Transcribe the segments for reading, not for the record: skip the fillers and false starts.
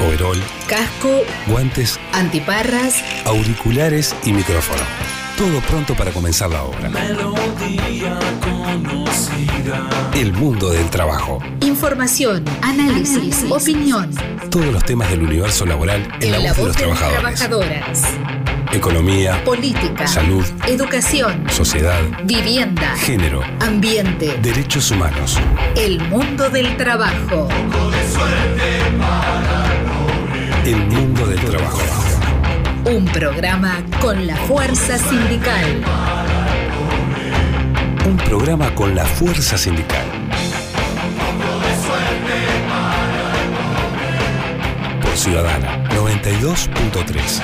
overol, casco, guantes, antiparras, auriculares y micrófono. Todo pronto para comenzar la obra. Melodía conocida. El mundo del trabajo. Información, análisis, opinión. Todos los temas del universo laboral en la voz de los trabajadores. Trabajadoras. Economía, Política, salud, educación, sociedad, vivienda, género, ambiente, derechos humanos. el mundo del trabajo. El mundo del trabajo. Un programa con la fuerza sindical. Un programa con la fuerza sindical. Por Ciudadana 92.3.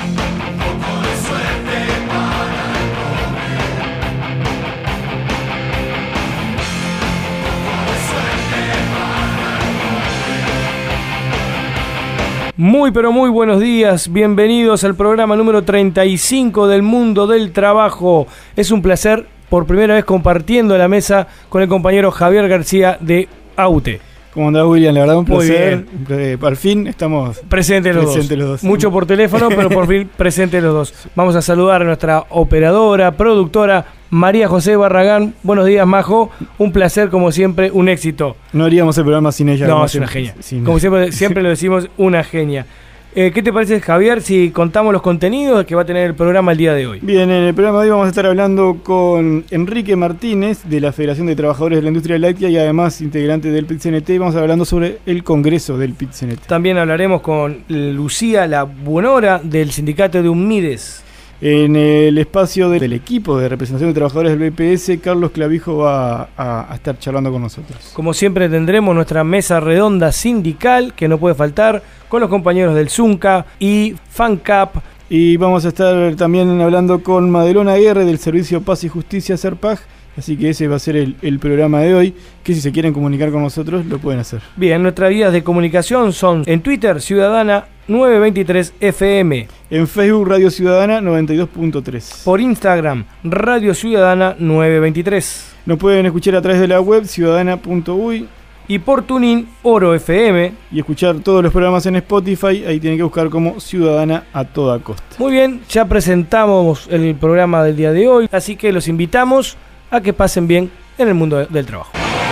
Muy pero muy buenos días, bienvenidos al programa número 35 del mundo del trabajo. Es un placer por primera vez compartiendo la mesa con el compañero Javier García de AUTE. ¿Cómo andás, William? La verdad un placer. Al fin estamos presentes los dos. Mucho por teléfono, pero por fin presentes los dos. Vamos a saludar a nuestra operadora, productora, María José Barragán. Buenos días, Majo. Un placer, como siempre, un éxito. No haríamos el programa sin ella. No, es una genia. Como siempre lo decimos, una genia. ¿Qué te parece, Javier, si contamos los contenidos que va a tener el programa el día de hoy? Bien, en el programa de hoy vamos a estar hablando con Enrique Martínez, de la Federación de Trabajadores de la Industria Láctea y además integrante del PIT-CNT. Vamos a estar hablando sobre el Congreso del PIT-CNT. También hablaremos con Lucía, la buenora del sindicato de UNMIDES. En el espacio del equipo de representación de trabajadores del BPS, Carlos Clavijo va a estar charlando con nosotros. Como siempre tendremos nuestra mesa redonda sindical, que no puede faltar, con los compañeros del ZUNCA y FANCAP. Y vamos a estar también hablando con Madelón Aguirre del Servicio Paz y Justicia, SERPAJ. Así que ese va a ser el programa de hoy, que si se quieren comunicar con nosotros, lo pueden hacer. Bien, nuestras vías de comunicación son en Twitter, Ciudadana 923 FM. En Facebook, Radio Ciudadana 92.3. Por Instagram, Radio Ciudadana 923. Nos pueden escuchar a través de la web, ciudadana.uy. Y por Tuning, Oro FM. Y escuchar todos los programas en Spotify, ahí tienen que buscar como Ciudadana a toda costa. Muy bien, ya presentamos el programa del día de hoy, así que los invitamos a que pasen bien en el mundo del trabajo.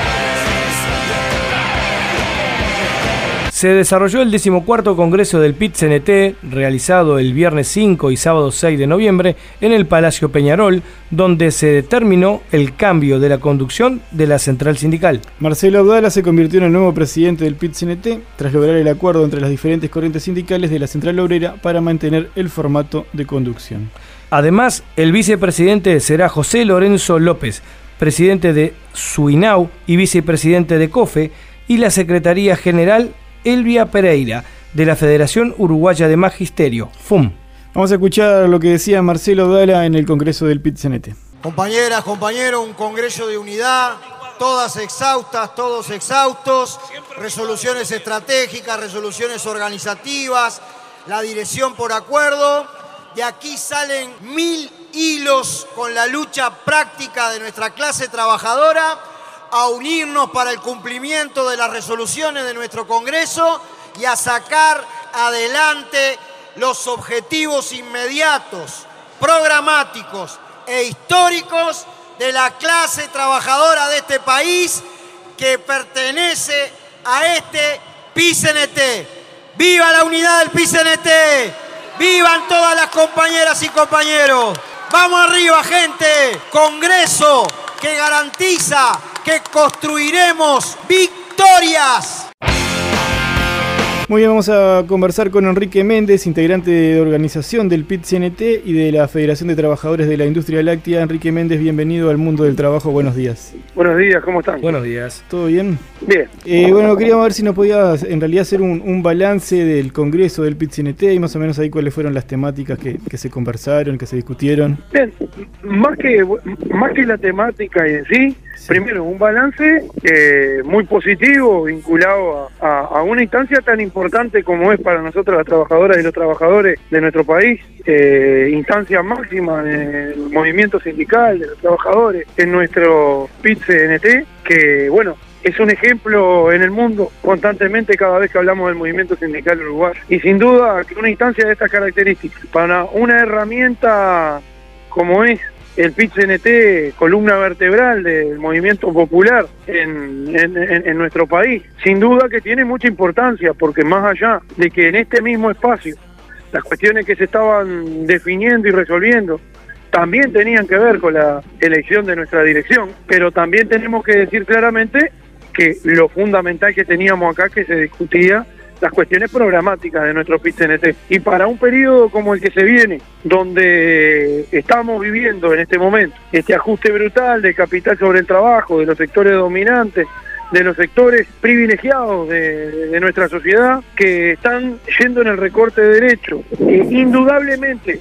Se desarrolló el 14º Congreso del PIT-CNT, realizado el viernes 5 y sábado 6 de noviembre en el Palacio Peñarol, donde se determinó el cambio de la conducción de la central sindical. Marcelo Abdala se convirtió en el nuevo presidente del PIT-CNT, tras lograr el acuerdo entre las diferentes corrientes sindicales de la central obrera para mantener el formato de conducción. Además, el vicepresidente será José Lorenzo López, presidente de SUINAU y vicepresidente de COFE, y la Secretaría General Elvia Pereira, de la Federación Uruguaya de Magisterio, FUM. Vamos a escuchar lo que decía Marcelo Abdala en el Congreso del PIT-CNT. Compañeras, compañeros, un congreso de unidad, todas exhaustas, todos exhaustos, resoluciones estratégicas, resoluciones organizativas, la dirección por acuerdo. De aquí salen 1000 hilos con la lucha práctica de nuestra clase trabajadora a unirnos para el cumplimiento de las resoluciones de nuestro Congreso y a sacar adelante los objetivos inmediatos, programáticos e históricos de la clase trabajadora de este país que pertenece a este PIT-CNT. ¡Viva la unidad del PIT-CNT! ¡Vivan todas las compañeras y compañeros! ¡Vamos arriba, gente! Congreso que garantiza que construiremos victorias. Muy bien, vamos a conversar con Enrique Méndez, integrante de organización del PIT-CNT y de la Federación de Trabajadores de la Industria Láctea. Enrique Méndez, bienvenido al mundo del trabajo. Buenos días. Buenos días, ¿cómo están? Buenos días. ¿Todo bien? Bien. Bueno, queríamos ver si nos podías en realidad hacer un balance del Congreso del PIT-CNT y más o menos ahí cuáles fueron las temáticas que se conversaron, que se discutieron. Bien, más que la temática en sí, primero un balance muy positivo, vinculado a una instancia tan importante como es para nosotros las trabajadoras y los trabajadores de nuestro país, instancia máxima del movimiento sindical de los trabajadores en nuestro PIT-CNT, que bueno, es un ejemplo en el mundo constantemente cada vez que hablamos del movimiento sindical uruguayo. Y sin duda que una instancia de estas características, para una herramienta como es el PIT-CNT, columna vertebral del movimiento popular en nuestro país, sin duda que tiene mucha importancia, porque más allá de que en este mismo espacio las cuestiones que se estaban definiendo y resolviendo también tenían que ver con la elección de nuestra dirección, pero también tenemos que decir claramente que lo fundamental que teníamos acá, que se discutía las cuestiones programáticas de nuestro PIT-CNT. Y para un periodo como el que se viene, donde estamos viviendo en este momento, este ajuste brutal de capital sobre el trabajo, de los sectores dominantes, de los sectores privilegiados de nuestra sociedad, que están yendo en el recorte de derechos, indudablemente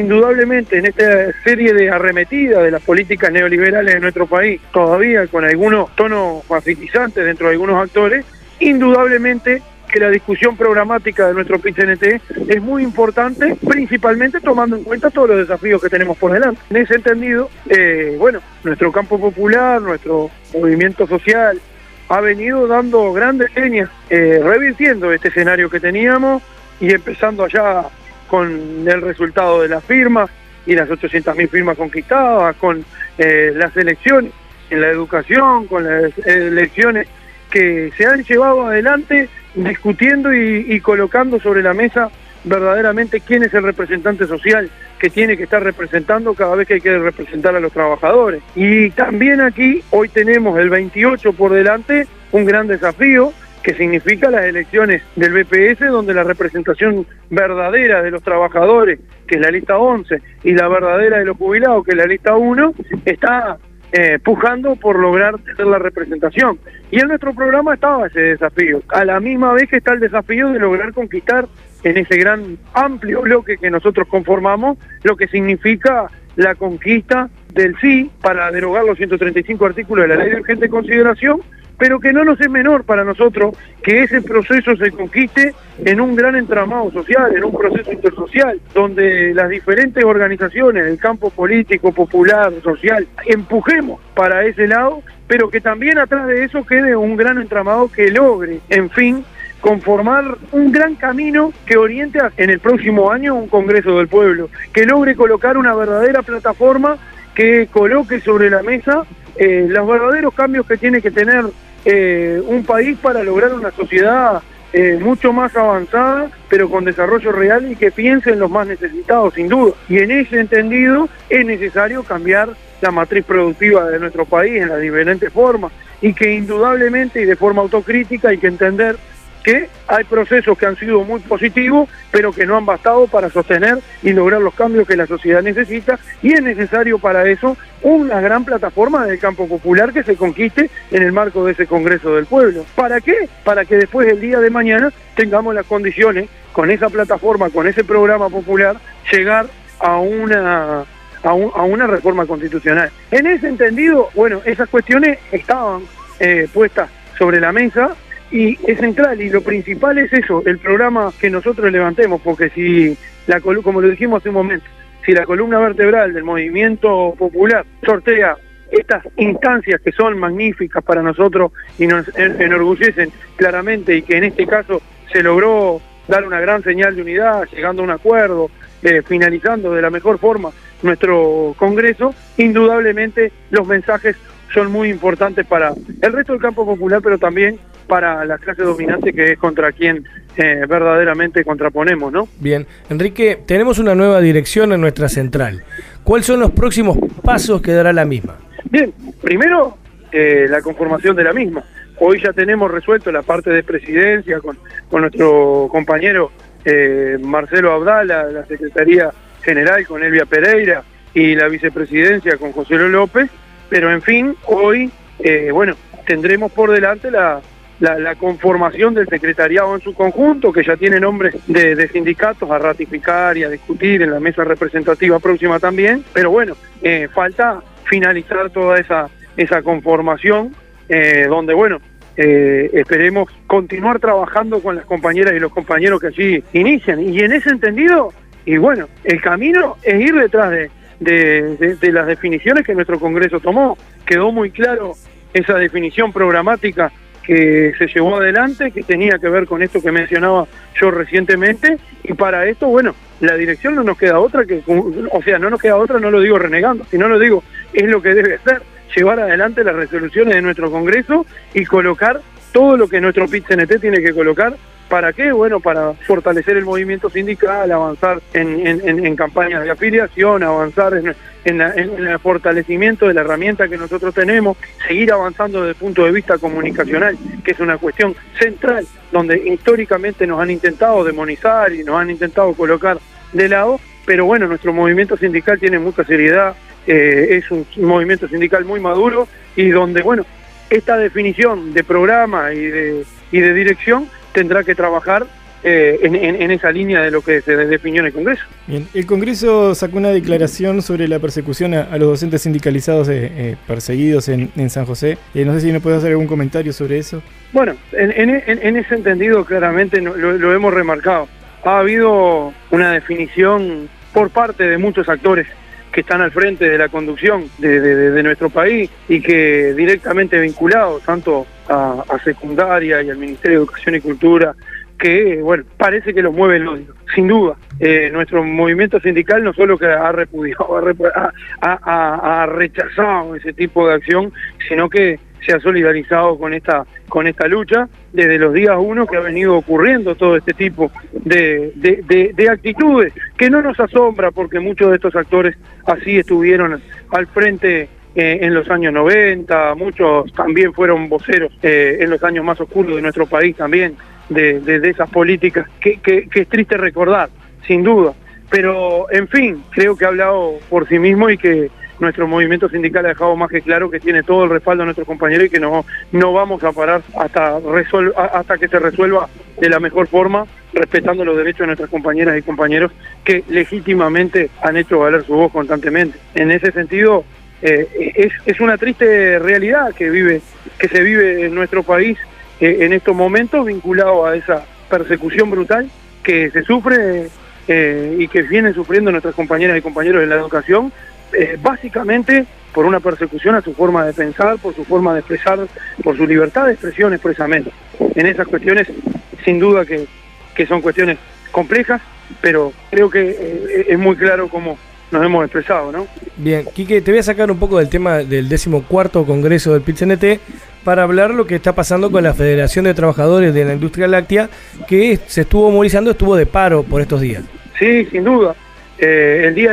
en esta serie de arremetidas de las políticas neoliberales de nuestro país, todavía con algunos tonos facilitizantes dentro de algunos actores, indudablemente que la discusión programática de nuestro PIT-CNT es muy importante, principalmente tomando en cuenta todos los desafíos que tenemos por delante. En ese entendido, nuestro campo popular, nuestro movimiento social, ha venido dando grandes señas, revirtiendo este escenario que teníamos y empezando allá con el resultado de las firmas y las 800.000 firmas conquistadas, con las elecciones en la educación, con las elecciones que se han llevado adelante discutiendo y colocando sobre la mesa verdaderamente quién es el representante social que tiene que estar representando cada vez que hay que representar a los trabajadores. Y también aquí, hoy tenemos el 28 por delante, un gran desafío que significa las elecciones del BPS, donde la representación verdadera de los trabajadores, que es la lista 11, y la verdadera de los jubilados, que es la lista 1, está pujando por lograr tener la representación. Y en nuestro programa estaba ese desafío, a la misma vez que está el desafío de lograr conquistar en ese gran amplio bloque que nosotros conformamos, lo que significa la conquista del sí para derogar los 135 artículos de la Ley de Urgente Consideración, pero que no nos es menor para nosotros que ese proceso se conquiste en un gran entramado social, en un proceso intersocial, donde las diferentes organizaciones del campo político, popular, social, empujemos para ese lado, pero que también atrás de eso quede un gran entramado que logre, en fin, conformar un gran camino que oriente en el próximo año un Congreso del Pueblo, que logre colocar una verdadera plataforma que coloque sobre la mesa los verdaderos cambios que tiene que tener un país para lograr una sociedad mucho más avanzada, pero con desarrollo real y que piense en los más necesitados, sin duda. Y en ese entendido es necesario cambiar la matriz productiva de nuestro país en las diferentes formas, y que indudablemente y de forma autocrítica hay que entender que hay procesos que han sido muy positivos, pero que no han bastado para sostener y lograr los cambios que la sociedad necesita, y es necesario para eso una gran plataforma del campo popular que se conquiste en el marco de ese Congreso del Pueblo. ¿Para qué? Para que después del día de mañana tengamos las condiciones, con esa plataforma, con ese programa popular, llegar a una reforma constitucional. En ese entendido, bueno, esas cuestiones estaban puestas sobre la mesa, y es central, y lo principal es eso, el programa que nosotros levantemos, porque si, como lo dijimos hace un momento, si la columna vertebral del movimiento popular sortea estas instancias que son magníficas para nosotros y nos enorgullecen claramente, y que en este caso se logró dar una gran señal de unidad, llegando a un acuerdo, finalizando de la mejor forma nuestro Congreso, indudablemente los mensajes son muy importantes para el resto del campo popular, pero también para la clase dominante, que es contra quien verdaderamente contraponemos, ¿no? Bien, Enrique, tenemos una nueva dirección en nuestra central. ¿Cuáles son los próximos pasos que dará la misma? Bien, primero la conformación de la misma. Hoy ya tenemos resuelto la parte de presidencia con nuestro compañero Marcelo Abdala, la Secretaría General con Elvia Pereira y la vicepresidencia con José López, pero en fin, hoy tendremos por delante la conformación del secretariado en su conjunto, que ya tiene nombres de sindicatos a ratificar y a discutir en la mesa representativa próxima también, pero bueno, falta finalizar toda esa conformación, donde esperemos continuar trabajando con las compañeras y los compañeros que allí inician, y en ese entendido, y bueno, el camino es ir detrás de las definiciones que nuestro Congreso tomó. Quedó muy claro esa definición programática que se llevó adelante, que tenía que ver con esto que mencionaba yo recientemente, y para esto, bueno, la dirección no nos queda otra que, o sea, no nos queda otra, no lo digo renegando, sino lo digo, es lo que debe ser, llevar adelante las resoluciones de nuestro Congreso y colocar todo lo que nuestro PIT-CNT tiene que colocar. ¿Para qué? Bueno, para fortalecer el movimiento sindical, avanzar en campañas de afiliación, avanzar en el fortalecimiento de la herramienta que nosotros tenemos, seguir avanzando desde el punto de vista comunicacional, que es una cuestión central, donde históricamente nos han intentado demonizar y nos han intentado colocar de lado, pero bueno, nuestro movimiento sindical tiene mucha seriedad, es un movimiento sindical muy maduro y donde, bueno, esta definición de programa y de dirección tendrá que trabajar en esa línea de lo que se definió en el Congreso. Bien, el Congreso sacó una declaración sobre la persecución a los docentes sindicalizados perseguidos en San José. No sé si me puedes hacer algún comentario sobre eso. Bueno, en ese entendido claramente lo hemos remarcado. Ha habido una definición por parte de muchos actores que están al frente de la conducción de nuestro país y que directamente vinculados tanto a secundaria y al Ministerio de Educación y Cultura, que, bueno, parece que los mueve el odio, sin duda. Nuestro movimiento sindical no solo que ha repudiado, ha rechazado ese tipo de acción, sino que se ha solidarizado con esta lucha desde los días 1 que ha venido ocurriendo todo este tipo de actitudes, que no nos asombra porque muchos de estos actores así estuvieron al frente en los años 90, muchos también fueron voceros en los años más oscuros de nuestro país también, de esas políticas que es triste recordar, sin duda. Pero, en fin, creo que ha hablado por sí mismo y que nuestro movimiento sindical ha dejado más que claro que tiene todo el respaldo de nuestros compañeros y que no vamos a parar hasta que se resuelva de la mejor forma, respetando los derechos de nuestras compañeras y compañeros que legítimamente han hecho valer su voz constantemente. En ese sentido, es una triste realidad que se vive en nuestro país en estos momentos, vinculado a esa persecución brutal que se sufre y que vienen sufriendo nuestras compañeras y compañeros en la educación, básicamente por una persecución a su forma de pensar, por su forma de expresar, por su libertad de expresión expresamente. En esas cuestiones, sin duda que son cuestiones complejas, pero creo que es muy claro cómo nos hemos expresado, ¿no? Bien, Quique, te voy a sacar un poco del tema del 14º Congreso del PIT-CNT para hablar lo que está pasando con la Federación de Trabajadores de la Industria Láctea, que se estuvo movilizando, estuvo de paro por estos días. Sí, sin duda. El día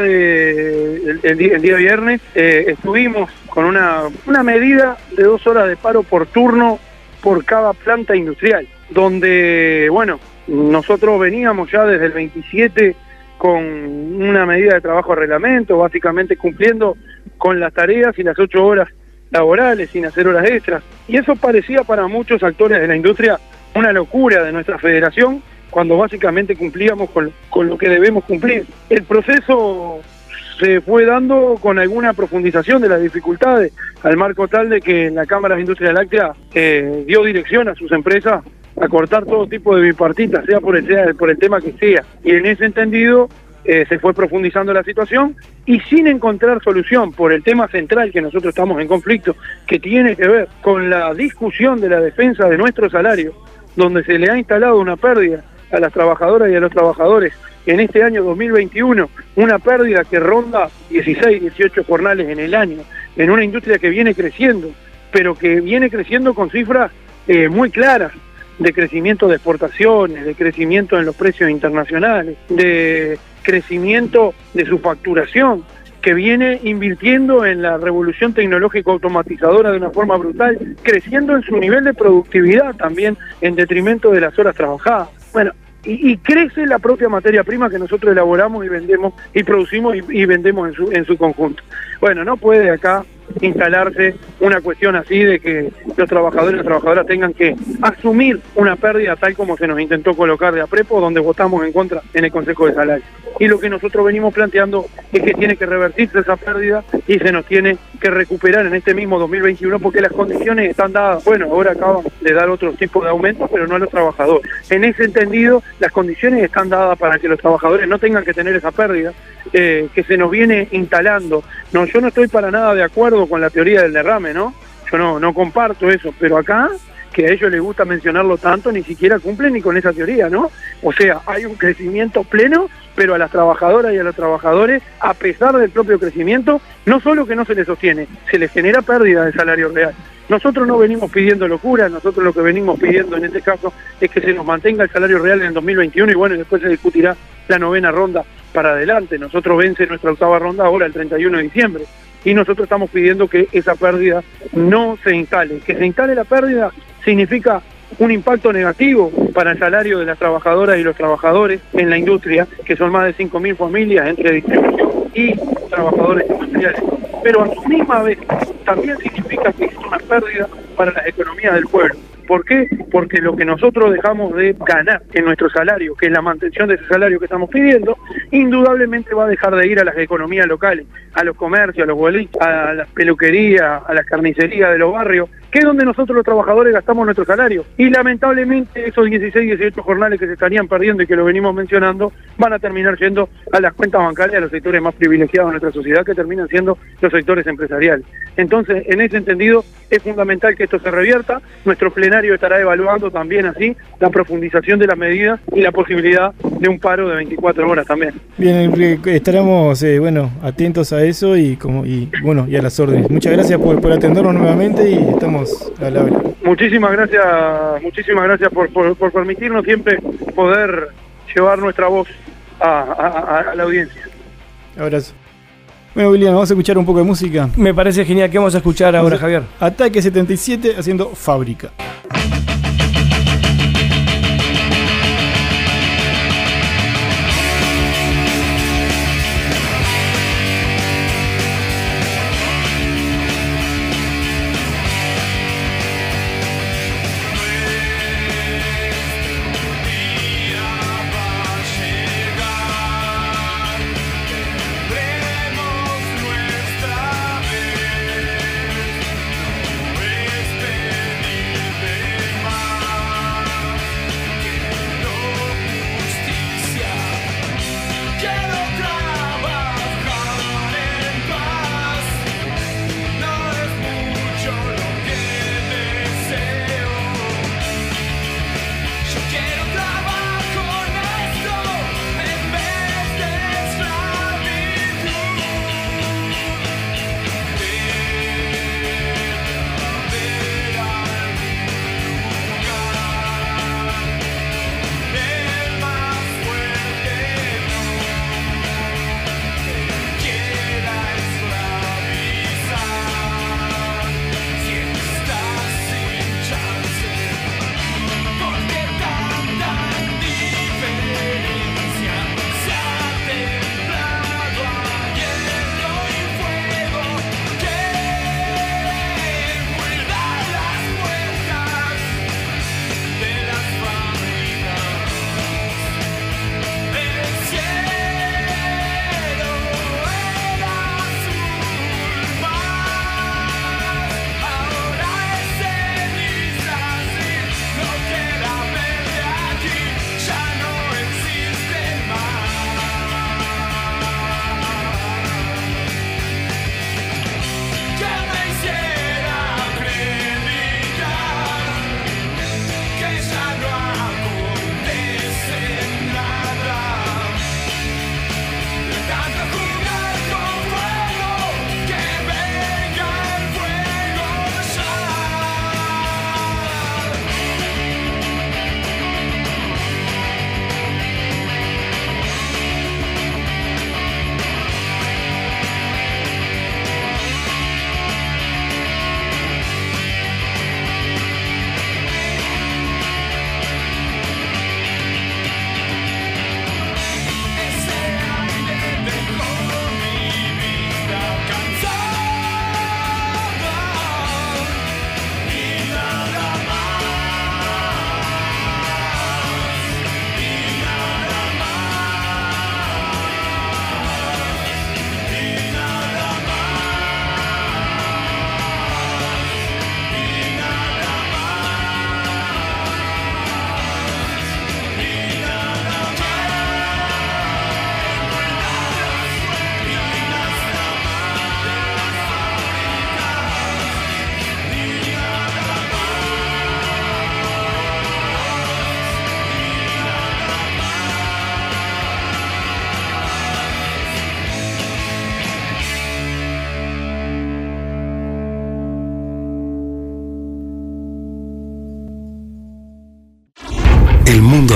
viernes estuvimos con una medida de 2 horas de paro por turno por cada planta industrial, donde, bueno, nosotros veníamos ya desde el 27 con una medida de trabajo a reglamento, básicamente cumpliendo con las tareas y las 8 horas laborales, sin hacer horas extras. Y eso parecía para muchos actores de la industria una locura de nuestra federación, cuando básicamente cumplíamos con lo que debemos cumplir. El proceso se fue dando con alguna profundización de las dificultades, al marco tal de que la Cámara de Industria Láctea dio dirección a sus empresas a cortar todo tipo de bipartitas, sea por el tema que sea. Y en ese entendido se fue profundizando la situación y sin encontrar solución por el tema central que nosotros estamos en conflicto, que tiene que ver con la discusión de la defensa de nuestro salario, donde se le ha instalado una pérdida a las trabajadoras y a los trabajadores en este año 2021, una pérdida que ronda 16, 18 jornales en el año, en una industria que viene creciendo, pero que viene creciendo con cifras muy claras, de crecimiento de exportaciones, de crecimiento en los precios internacionales, de crecimiento de su facturación, que viene invirtiendo en la revolución tecnológica automatizadora de una forma brutal, creciendo en su nivel de productividad también en detrimento de las horas trabajadas. Bueno, y crece la propia materia prima que nosotros elaboramos y vendemos y producimos y vendemos en su conjunto. Bueno, no puede acá instalarse una cuestión así de que los trabajadores y las trabajadoras tengan que asumir una pérdida tal como se nos intentó colocar de aprepo, donde votamos en contra en el Consejo de Salarios. Y lo que nosotros venimos planteando es que tiene que revertirse esa pérdida y se nos tiene que recuperar en este mismo 2021 porque las condiciones están dadas. Bueno, ahora acaban de dar otro tipo de aumentos, pero no a los trabajadores. En ese entendido, las condiciones están dadas para que los trabajadores no tengan que tener esa pérdida que se nos viene instalando. No, yo no estoy para nada de acuerdo con la teoría del derrame, ¿no? yo no comparto eso, pero acá, que a ellos les gusta mencionarlo tanto, ni siquiera cumplen ni con esa teoría, ¿no? O sea, hay un crecimiento pleno, pero a las trabajadoras y a los trabajadores, a pesar del propio crecimiento, no solo que no se les sostiene, se les genera pérdida de salario real. Nosotros no venimos pidiendo locura, nosotros lo que venimos pidiendo en este caso es que se nos mantenga el salario real en el 2021 y bueno, después se discutirá la 9ª ronda para adelante. Nosotros vence nuestra 8ª ronda ahora el 31 de diciembre y nosotros estamos pidiendo que esa pérdida no se instale. Que se instale la pérdida significa un impacto negativo para el salario de las trabajadoras y los trabajadores en la industria, que son más de 5.000 familias entre distribución y trabajadores industriales. Pero a su misma vez también significa que es una pérdida para las economías del pueblo. ¿Por qué? Porque lo que nosotros dejamos de ganar en nuestro salario, que es la mantención de ese salario que estamos pidiendo, indudablemente va a dejar de ir a las economías locales, a los comercios, a los boliches, a las peluquerías, a las carnicerías de los barrios, que es donde nosotros los trabajadores gastamos nuestro salario. Y lamentablemente esos 16, 18 jornales que se estarían perdiendo y que lo venimos mencionando, van a terminar yendo a las cuentas bancarias de los sectores más privilegiados de nuestra sociedad, que terminan siendo los sectores empresariales. Entonces, en ese entendido, es fundamental que esto se revierta. Nuestro plenario estará evaluando también así la profundización de las medidas y la posibilidad de un paro de 24 horas también. Bien, estaremos atentos a eso y a las órdenes. Muchas gracias por atendernos nuevamente y estamos a la hora. Muchísimas gracias por permitirnos siempre poder llevar nuestra voz a la audiencia. Abrazo. Bueno, William, vamos a escuchar un poco de música. Me parece genial. ¿Qué vamos a escuchar ahora, Javier? Ataque 77 haciendo Fábrica. Este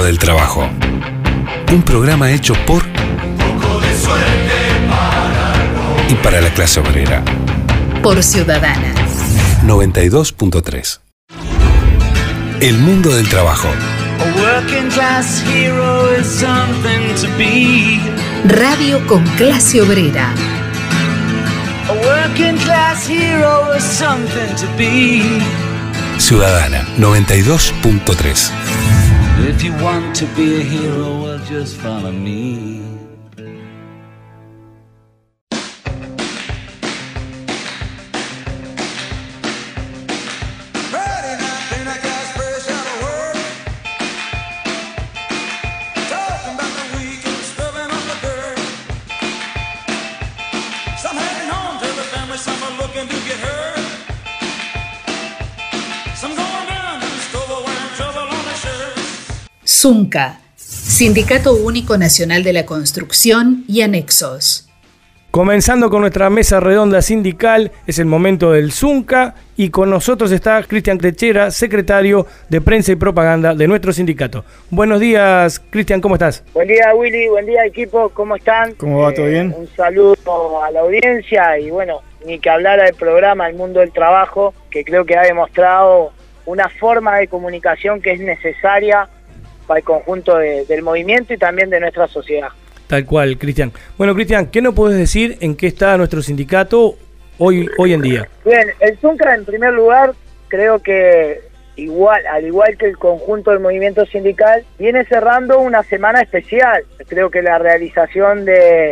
del trabajo. Un programa hecho por y para la clase obrera. Por Ciudadana. 92.3. El mundo del trabajo. Radio con clase obrera. Ciudadana 92.3. If you want to be a hero, well, just follow me. Zunca, Sindicato Único Nacional de la Construcción y Anexos. Comenzando con nuestra mesa redonda sindical, es el momento del Zunca y con nosotros está Cristian Clechera, secretario de Prensa y Propaganda de nuestro sindicato. Buenos días, Cristian, ¿cómo estás? Buen día, Willy, buen día, equipo, ¿cómo están? ¿Cómo va? ¿Todo bien? Un saludo a la audiencia y bueno, ni que hablar del programa El Mundo del Trabajo, que creo que ha demostrado una forma de comunicación que es necesaria para el conjunto del movimiento y también de nuestra sociedad. Tal cual, Cristian. Bueno, Cristian, ¿qué nos puedes decir en qué está nuestro sindicato hoy en día? Bien, el Zunca, en primer lugar, creo que al igual que el conjunto del movimiento sindical, viene cerrando una semana especial. Creo que la realización del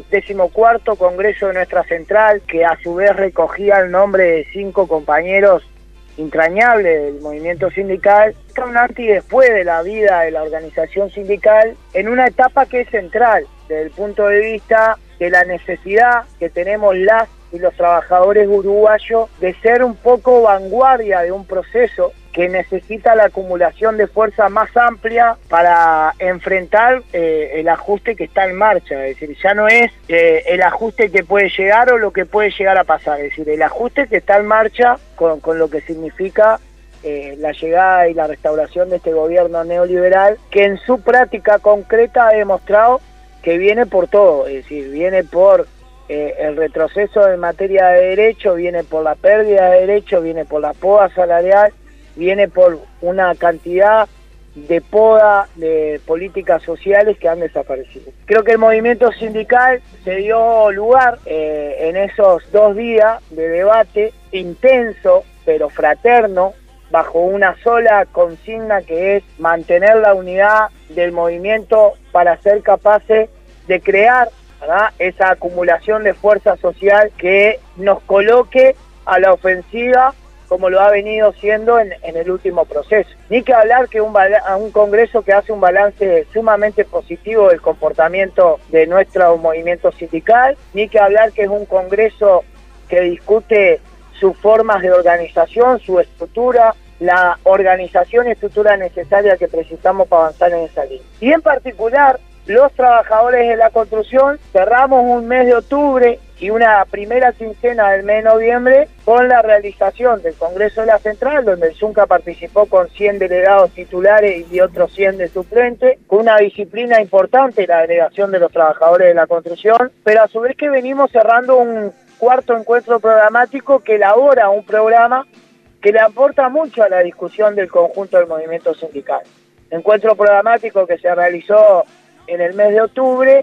14º Congreso de nuestra central, que a su vez recogía el nombre de 5 compañeros entrañable del movimiento sindical, está un antes y después de la vida de la organización sindical en una etapa que es central desde el punto de vista de la necesidad que tenemos las y los trabajadores uruguayos de ser un poco vanguardia de un proceso que necesita la acumulación de fuerza más amplia para enfrentar el ajuste que está en marcha. Es decir, ya no es el ajuste que puede llegar o lo que puede llegar a pasar, es decir, el ajuste que está en marcha con lo que significa la llegada y la restauración de este gobierno neoliberal, que en su práctica concreta ha demostrado que viene por todo, es decir, viene por el retroceso en materia de derecho, viene por la pérdida de derechos, viene por la poda salarial, viene por una cantidad de poda de políticas sociales que han desaparecido. Creo que el movimiento sindical se dio lugar en esos 2 días de debate intenso pero fraterno, bajo una sola consigna, que es mantener la unidad del movimiento para ser capaces de crear, ¿verdad?, esa acumulación de fuerza social que nos coloque a la ofensiva como lo ha venido siendo en el último proceso. Ni que hablar que un congreso que hace un balance sumamente positivo del comportamiento de nuestro movimiento sindical, ni que hablar que es un congreso que discute sus formas de organización, su estructura, la organización y estructura necesaria que precisamos para avanzar en esa línea. Y en particular, los trabajadores de la construcción cerramos un mes de octubre y una primera quincena del mes de noviembre con la realización del Congreso de la Central, donde el Zunca participó con 100 delegados titulares y otros 100 de suplentes, con una disciplina importante, la delegación de los trabajadores de la construcción, pero a su vez que venimos cerrando un 4º encuentro programático que elabora un programa que le aporta mucho a la discusión del conjunto del movimiento sindical. Encuentro programático que se realizó en el mes de octubre,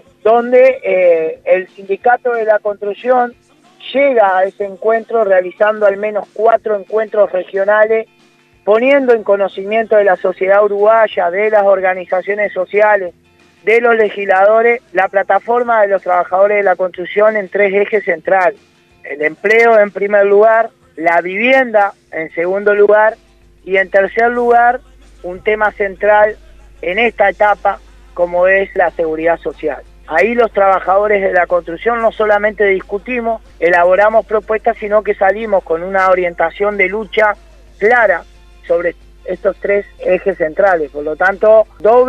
donde el sindicato de la construcción llega a ese encuentro realizando al menos 4 encuentros regionales, poniendo en conocimiento de la sociedad uruguaya, de las organizaciones sociales, de los legisladores, la plataforma de los trabajadores de la construcción en 3 ejes centrales: el empleo en primer lugar, la vivienda en segundo lugar y en tercer lugar un tema central en esta etapa como es la seguridad social. Ahí los trabajadores de la construcción no solamente discutimos, elaboramos propuestas, sino que salimos con una orientación de lucha clara sobre estos 3 ejes centrales. Por lo tanto,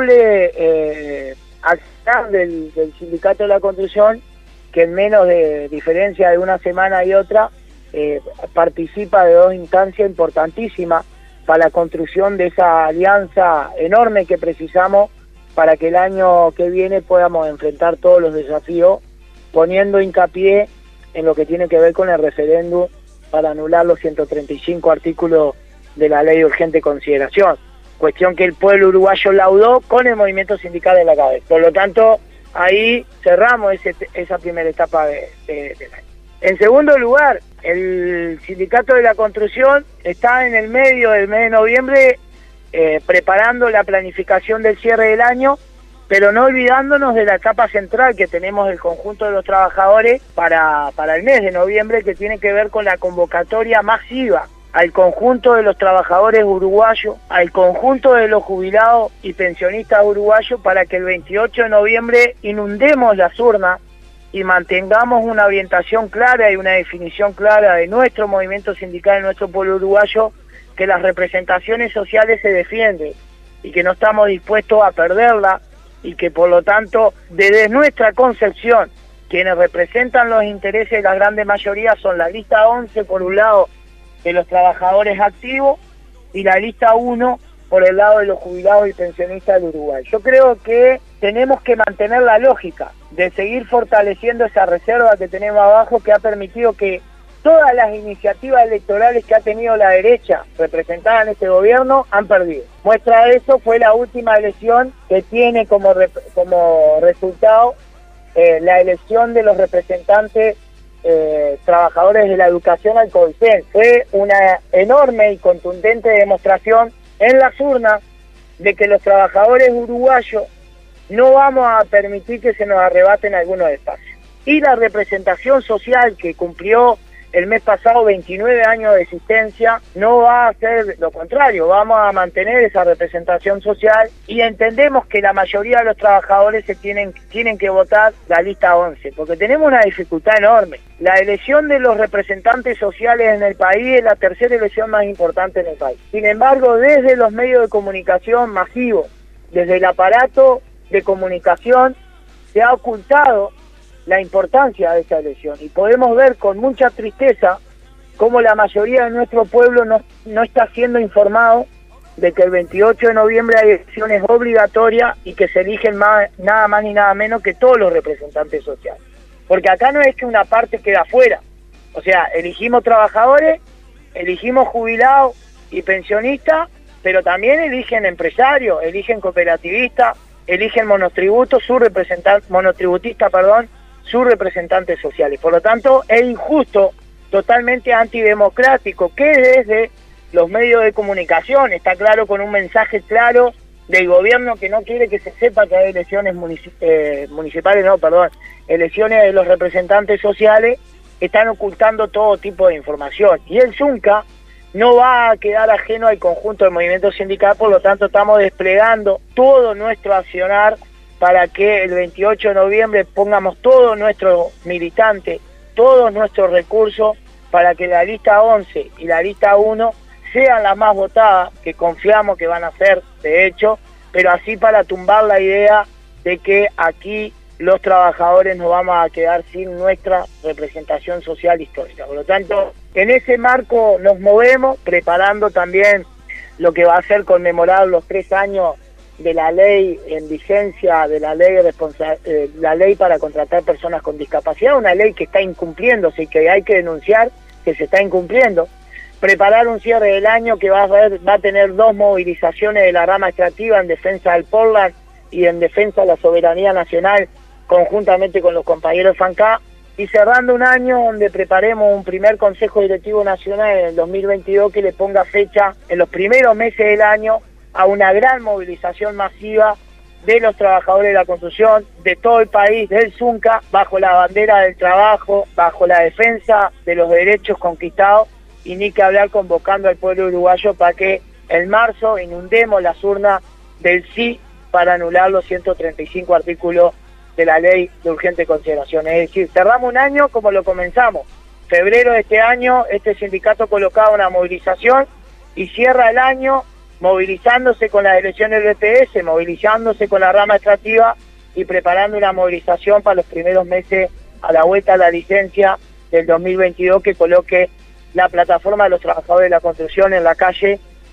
doble acción del sindicato de la construcción, que en menos de diferencia de una semana y otra, participa de 2 instancias importantísimas para la construcción de esa alianza enorme que precisamos para que el año que viene podamos enfrentar todos los desafíos, poniendo hincapié en lo que tiene que ver con el referéndum para anular los 135 artículos de la ley de urgente consideración, cuestión que el pueblo uruguayo laudó con el movimiento sindical de la cabeza. Por lo tanto, ahí cerramos esa primera etapa del año. En segundo lugar, el Sindicato de la Construcción está en el medio del mes de noviembre preparando la planificación del cierre del año, pero no olvidándonos de la etapa central que tenemos el conjunto de los trabajadores para el mes de noviembre, que tiene que ver con la convocatoria masiva al conjunto de los trabajadores uruguayos, al conjunto de los jubilados y pensionistas uruguayos, para que el 28 de noviembre inundemos las urnas y mantengamos una orientación clara y una definición clara de nuestro movimiento sindical, de nuestro pueblo uruguayo, que las representaciones sociales se defienden y que no estamos dispuestos a perderla, y que por lo tanto, desde nuestra concepción, quienes representan los intereses de la grande mayoría son la lista 11 por un lado de los trabajadores activos y la lista 1 por el lado de los jubilados y pensionistas del Uruguay. Yo creo que tenemos que mantener la lógica de seguir fortaleciendo esa reserva que tenemos abajo, que ha permitido que todas las iniciativas electorales que ha tenido la derecha representada en este gobierno han perdido. Muestra de eso fue la última elección, que tiene como resultado la elección de los representantes trabajadores de la educación al COICEN. Fue una enorme y contundente demostración en las urnas de que los trabajadores uruguayos no vamos a permitir que se nos arrebaten algunos espacios. Y la representación social, que cumplió el mes pasado 29 años de existencia, no va a hacer lo contrario. Vamos a mantener esa representación social, y entendemos que la mayoría de los trabajadores tienen que votar la lista 11, porque tenemos una dificultad enorme. La elección de los representantes sociales en el país es la tercera elección más importante en el país. Sin embargo, desde los medios de comunicación masivos, desde el aparato de comunicación, se ha ocultado la importancia de esta elección, y podemos ver con mucha tristeza cómo la mayoría de nuestro pueblo no está siendo informado de que el 28 de noviembre hay elecciones obligatorias y que se eligen nada más ni nada menos que todos los representantes sociales. Porque acá no es que una parte queda afuera, o sea, elegimos trabajadores, elegimos jubilados y pensionistas, pero también eligen empresarios, eligen cooperativistas, eligen monotributistas, sus representantes sociales. Por lo tanto, es injusto, totalmente antidemocrático, que desde los medios de comunicación, está claro, con un mensaje claro del gobierno que no quiere que se sepa que hay elecciones elecciones de los representantes sociales, están ocultando todo tipo de información. Y el Zunca no va a quedar ajeno al conjunto del movimiento sindical, por lo tanto estamos desplegando todo nuestro accionar para que el 28 de noviembre pongamos todos nuestros militantes, todos nuestros recursos, para que la lista 11 y la lista 1 sean las más votadas, que confiamos que van a ser, de hecho, pero así para tumbar la idea de que aquí los trabajadores nos vamos a quedar sin nuestra representación social histórica. Por lo tanto, en ese marco nos movemos, preparando también lo que va a ser conmemorar los 3 años de la ley en vigencia, de la ley para contratar personas con discapacidad, una ley que está incumpliéndose y que hay que denunciar que se está incumpliendo. Preparar un cierre del año que va a tener 2 movilizaciones de la rama extractiva en defensa del Portland y en defensa de la soberanía nacional, conjuntamente con los compañeros de FANCA, y cerrando un año donde preparemos un primer Consejo Directivo Nacional en el 2022 que le ponga fecha en los primeros meses del año a una gran movilización masiva de los trabajadores de la construcción de todo el país, del Zunca, bajo la bandera del trabajo, bajo la defensa de los derechos conquistados, y ni que hablar convocando al pueblo uruguayo para que en marzo inundemos las urnas del sí para anular los 135 artículos de la ley de urgente consideración. Es decir, cerramos un año como lo comenzamos. Febrero de este año, este sindicato colocaba una movilización y cierra el año movilizándose con las elecciones del BPS, movilizándose con la rama extractiva y preparando una movilización para los primeros meses a la vuelta a la licencia del 2022 que coloque la plataforma de los trabajadores de la construcción en la calle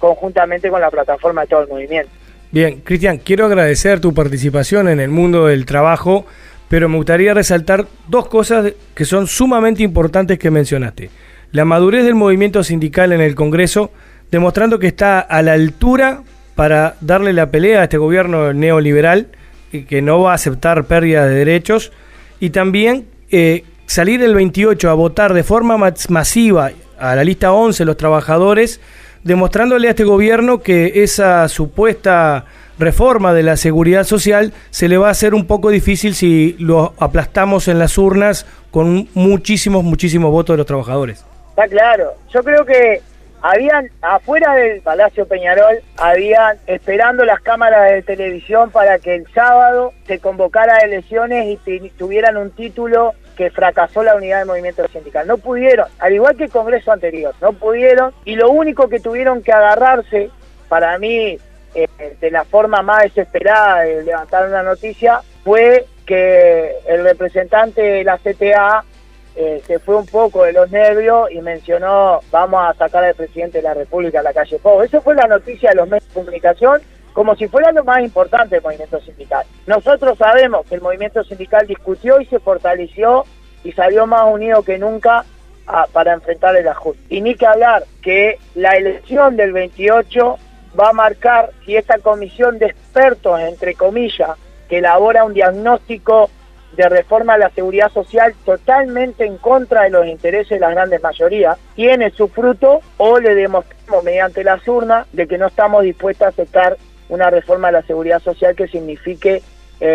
conjuntamente con la plataforma de todo el movimiento. Bien, Cristian, quiero agradecer tu participación en el mundo del trabajo, pero me gustaría resaltar dos cosas que son sumamente importantes que mencionaste. La madurez del movimiento sindical en el Congreso, demostrando que está a la altura para darle la pelea a este gobierno neoliberal, que no va a aceptar pérdida de derechos, y también salir el 28 a votar de forma masiva a la lista 11 los trabajadores, demostrándole a este gobierno que esa supuesta reforma de la seguridad social se le va a hacer un poco difícil si lo aplastamos en las urnas con muchísimos votos de los trabajadores. Está claro. Yo creo que habían, afuera del Palacio Peñarol, habían esperando las cámaras de televisión para que el sábado se convocara a elecciones y tuvieran un título que fracasó la unidad del movimiento sindical. No pudieron, al igual que el Congreso anterior, no pudieron, y lo único que tuvieron que agarrarse, para mí, de la forma más desesperada de levantar una noticia, fue que el representante de la CTA se fue un poco de los nervios y mencionó: vamos a sacar al presidente de la República a la calle Pou. Eso fue la noticia de los medios de comunicación, como si fuera lo más importante del movimiento sindical. Nosotros sabemos que el movimiento sindical discutió y se fortaleció y salió más unido que nunca para enfrentar el ajuste. Y ni que hablar que la elección del 28 va a marcar si esta comisión de expertos, entre comillas, que elabora un diagnóstico de reforma a la seguridad social totalmente en contra de los intereses de las grandes mayorías, tiene su fruto, o le demostramos mediante las urnas de que no estamos dispuestos a aceptar una reforma a la seguridad social que signifique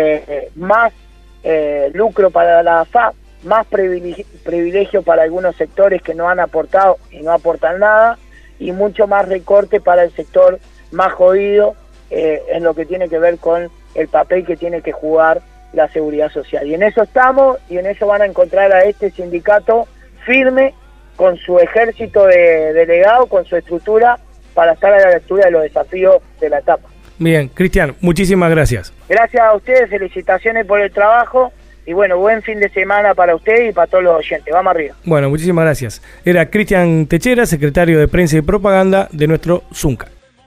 más lucro para la AFAP, más privilegio para algunos sectores que no han aportado y no aportan nada, y mucho más recorte para el sector más jodido en lo que tiene que ver con el papel que tiene que jugar la seguridad social. Y en eso estamos, y en eso van a encontrar a este sindicato firme, con su ejército de delegados, con su estructura, para estar a la altura de los desafíos de la etapa. Bien, Cristian, muchísimas gracias. Gracias a ustedes, felicitaciones por el trabajo, y bueno, buen fin de semana para ustedes y para todos los oyentes. Vamos arriba. Bueno, muchísimas gracias. Era Cristian Techera, secretario de Prensa y Propaganda de nuestro Zunca.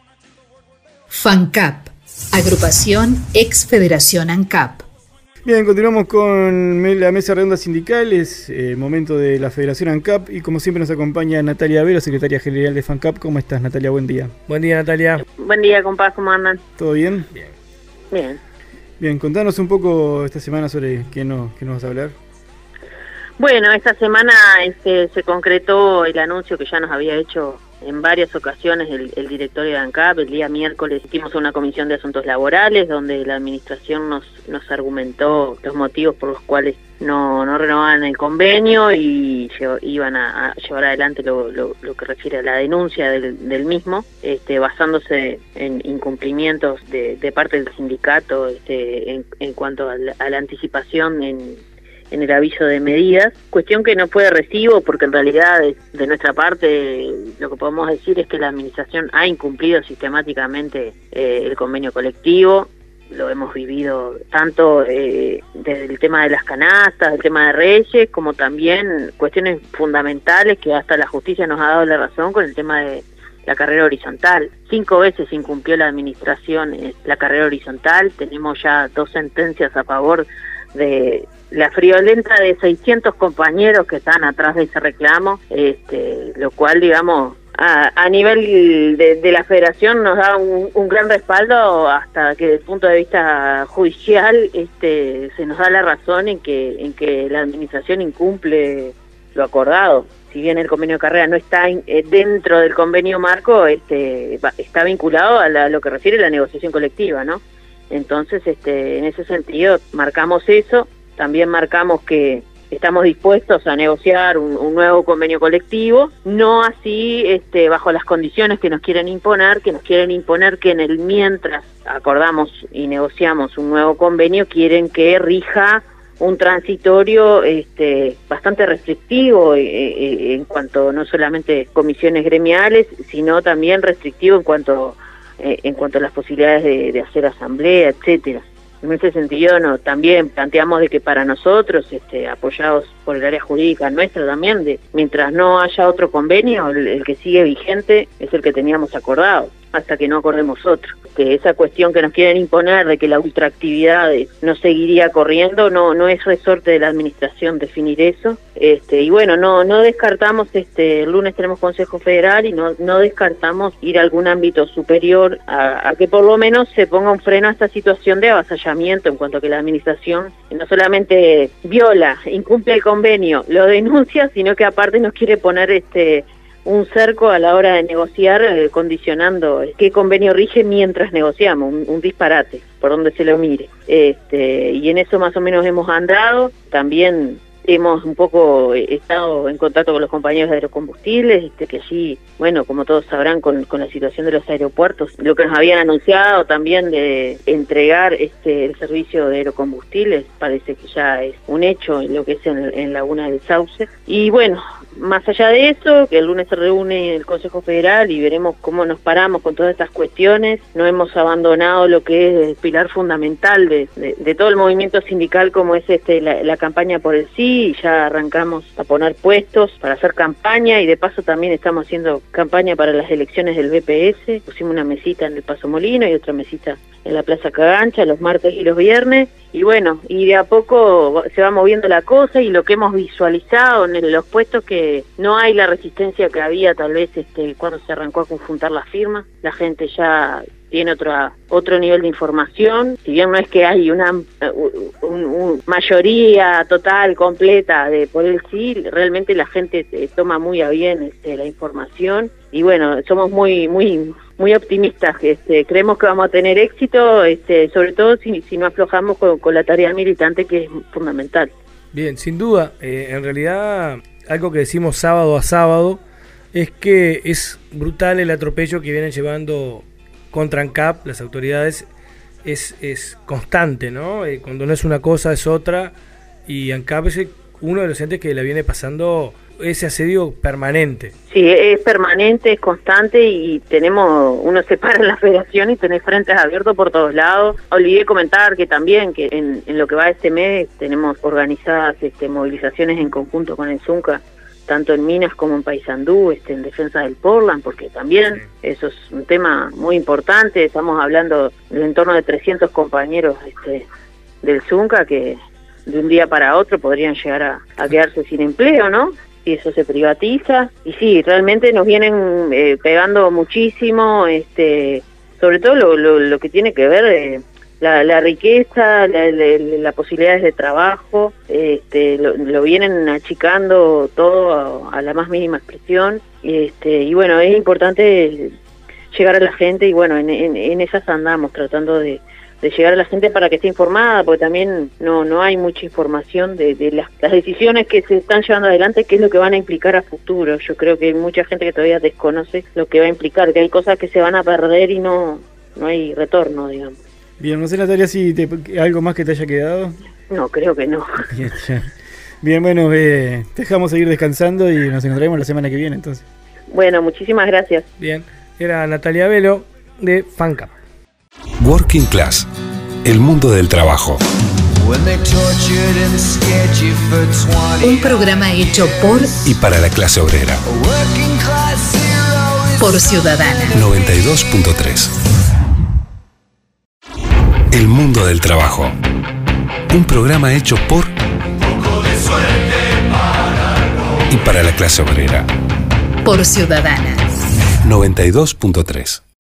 FANCAP, agrupación ex Federación ANCAP. Bien, continuamos con la mesa redonda sindical, es momento de la Federación ANCAP, y como siempre nos acompaña Natalia Vero, secretaria general de FANCAP. ¿Cómo estás, Natalia? Buen día. Buen día, Natalia. Buen día, compadre, ¿cómo andan? ¿Todo bien? Bien. Bien, contanos un poco esta semana sobre qué nos vas a hablar. Bueno, esta semana se concretó el anuncio que ya nos había hecho en varias ocasiones el directorio de ANCAP. El día miércoles hicimos una comisión de asuntos laborales donde la administración nos argumentó los motivos por los cuales no renovaban el convenio y iban a llevar adelante lo que refiere a la denuncia del mismo, basándose en incumplimientos de parte del sindicato en cuanto a la anticipación en el aviso de medidas, cuestión que no fue de recibo, porque en realidad de nuestra parte lo que podemos decir es que la administración ha incumplido sistemáticamente el convenio colectivo. Lo hemos vivido tanto desde el tema de las canastas, el tema de Reyes, como también cuestiones fundamentales que hasta la justicia nos ha dado la razón con el tema de la carrera horizontal. 5 veces incumplió la administración la carrera horizontal. Tenemos ya 2 sentencias a favor de la friolenta de 600 compañeros que están atrás de ese reclamo, lo cual, digamos, a nivel de la federación nos da un gran respaldo, hasta que desde el punto de vista judicial se nos da la razón en que la administración incumple lo acordado. Si bien el convenio de carrera no está dentro del convenio marco, está vinculado a lo que refiere a la negociación colectiva, ¿no? Entonces, en ese sentido, marcamos eso. También marcamos que estamos dispuestos a negociar un nuevo convenio colectivo, no así bajo las condiciones que nos quieren imponer, que en el mientras acordamos y negociamos un nuevo convenio, quieren que rija un transitorio bastante restrictivo en cuanto no solamente comisiones gremiales, sino también restrictivo en cuanto a las posibilidades de hacer asamblea, etcétera. En ese sentido, también planteamos de que para nosotros, apoyados por el área jurídica nuestra también, mientras no haya otro convenio, el que sigue vigente es el que teníamos acordado, hasta que no acordemos otro. Esa cuestión que nos quieren imponer de que la ultraactividad no seguiría corriendo, no es resorte de la administración definir eso. Y bueno, no descartamos, el lunes tenemos Consejo Federal y no descartamos ir a algún ámbito superior a que por lo menos se ponga un freno a esta situación de avasallamiento en cuanto a que la administración no solamente viola, incumple el convenio, lo denuncia, sino que aparte nos quiere poner un cerco a la hora de negociar, condicionando qué convenio rige mientras negociamos, un disparate, por donde se lo mire. Y en eso más o menos hemos andado. También hemos un poco estado en contacto con los compañeros de Aerocombustibles, que allí, bueno, como todos sabrán, con la situación de los aeropuertos, lo que nos habían anunciado también de entregar el servicio de Aerocombustibles, parece que ya es un hecho en lo que es en Laguna del Sauce. Y bueno, más allá de eso, que el lunes se reúne el Consejo Federal y veremos cómo nos paramos con todas estas cuestiones. No hemos abandonado lo que es el pilar fundamental de todo el movimiento sindical, como es la campaña por el sí, y ya arrancamos a poner puestos para hacer campaña, y de paso también estamos haciendo campaña para las elecciones del BPS. Pusimos una mesita en el Paso Molino y otra mesita en la Plaza Cagancha los martes y los viernes, y bueno, y de a poco se va moviendo la cosa, y lo que hemos visualizado en los puestos, que no hay la resistencia que había tal vez cuando se arrancó a conjuntar las firmas. La gente ya tiene otro nivel de información, si bien no es que hay una mayoría total, completa por el sí, realmente la gente toma muy a bien la información, y bueno, somos muy optimistas, creemos que vamos a tener éxito, sobre todo si no aflojamos con la tarea militante, que es fundamental. Bien, sin duda, en realidad algo que decimos sábado a sábado es que es brutal el atropello que vienen llevando contra ANCAP las autoridades, es constante, ¿no? Cuando no es una cosa es otra, y ANCAP es uno de los entes que le viene pasando ese asedio permanente. Sí, es permanente, es constante, y uno se para en la federación y tenés frentes abiertos por todos lados. Olvidé comentar que también que en lo que va este mes tenemos organizadas movilizaciones en conjunto con el Zunca, tanto en Minas como en Paysandú, en defensa del Portland, porque también eso es un tema muy importante. Estamos hablando de en torno de 300 compañeros del Zunca que de un día para otro podrían llegar a quedarse sin empleo, ¿no? Y eso se privatiza. Y sí, realmente nos vienen pegando muchísimo, sobre todo lo que tiene que ver la riqueza, las posibilidades de trabajo, lo vienen achicando todo a la más mínima expresión, y bueno, es importante llegar a la gente, y bueno, en esas andamos tratando de llegar a la gente para que esté informada, porque también no hay mucha información de las decisiones que se están llevando adelante, qué es lo que van a implicar a futuro. Yo creo que hay mucha gente que todavía desconoce lo que va a implicar, que hay cosas que se van a perder y no hay retorno, digamos. Bien, no sé, Natalia, si algo más que te haya quedado. No, creo que no. Bien, bueno, te dejamos seguir descansando y nos encontraremos la semana que viene, entonces. Bueno, muchísimas gracias. Bien, era Natalia Velo de FANCAP. Working Class, el mundo del trabajo. Un programa hecho por y para la clase obrera. Por Ciudadana. 92.3. El mundo del trabajo. Un programa hecho por y para la clase obrera. Por Ciudadana. 92.3.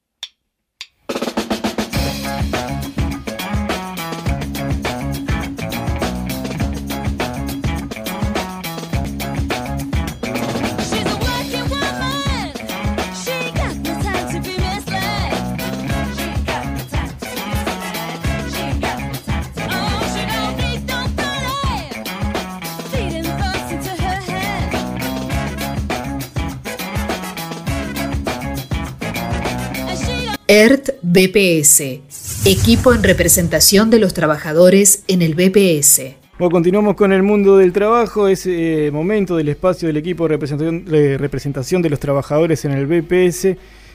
ERT BPS, equipo en representación de los trabajadores en el BPS. Bueno, continuamos con el mundo del trabajo. Es momento del espacio del equipo de representación de los trabajadores en el BPS.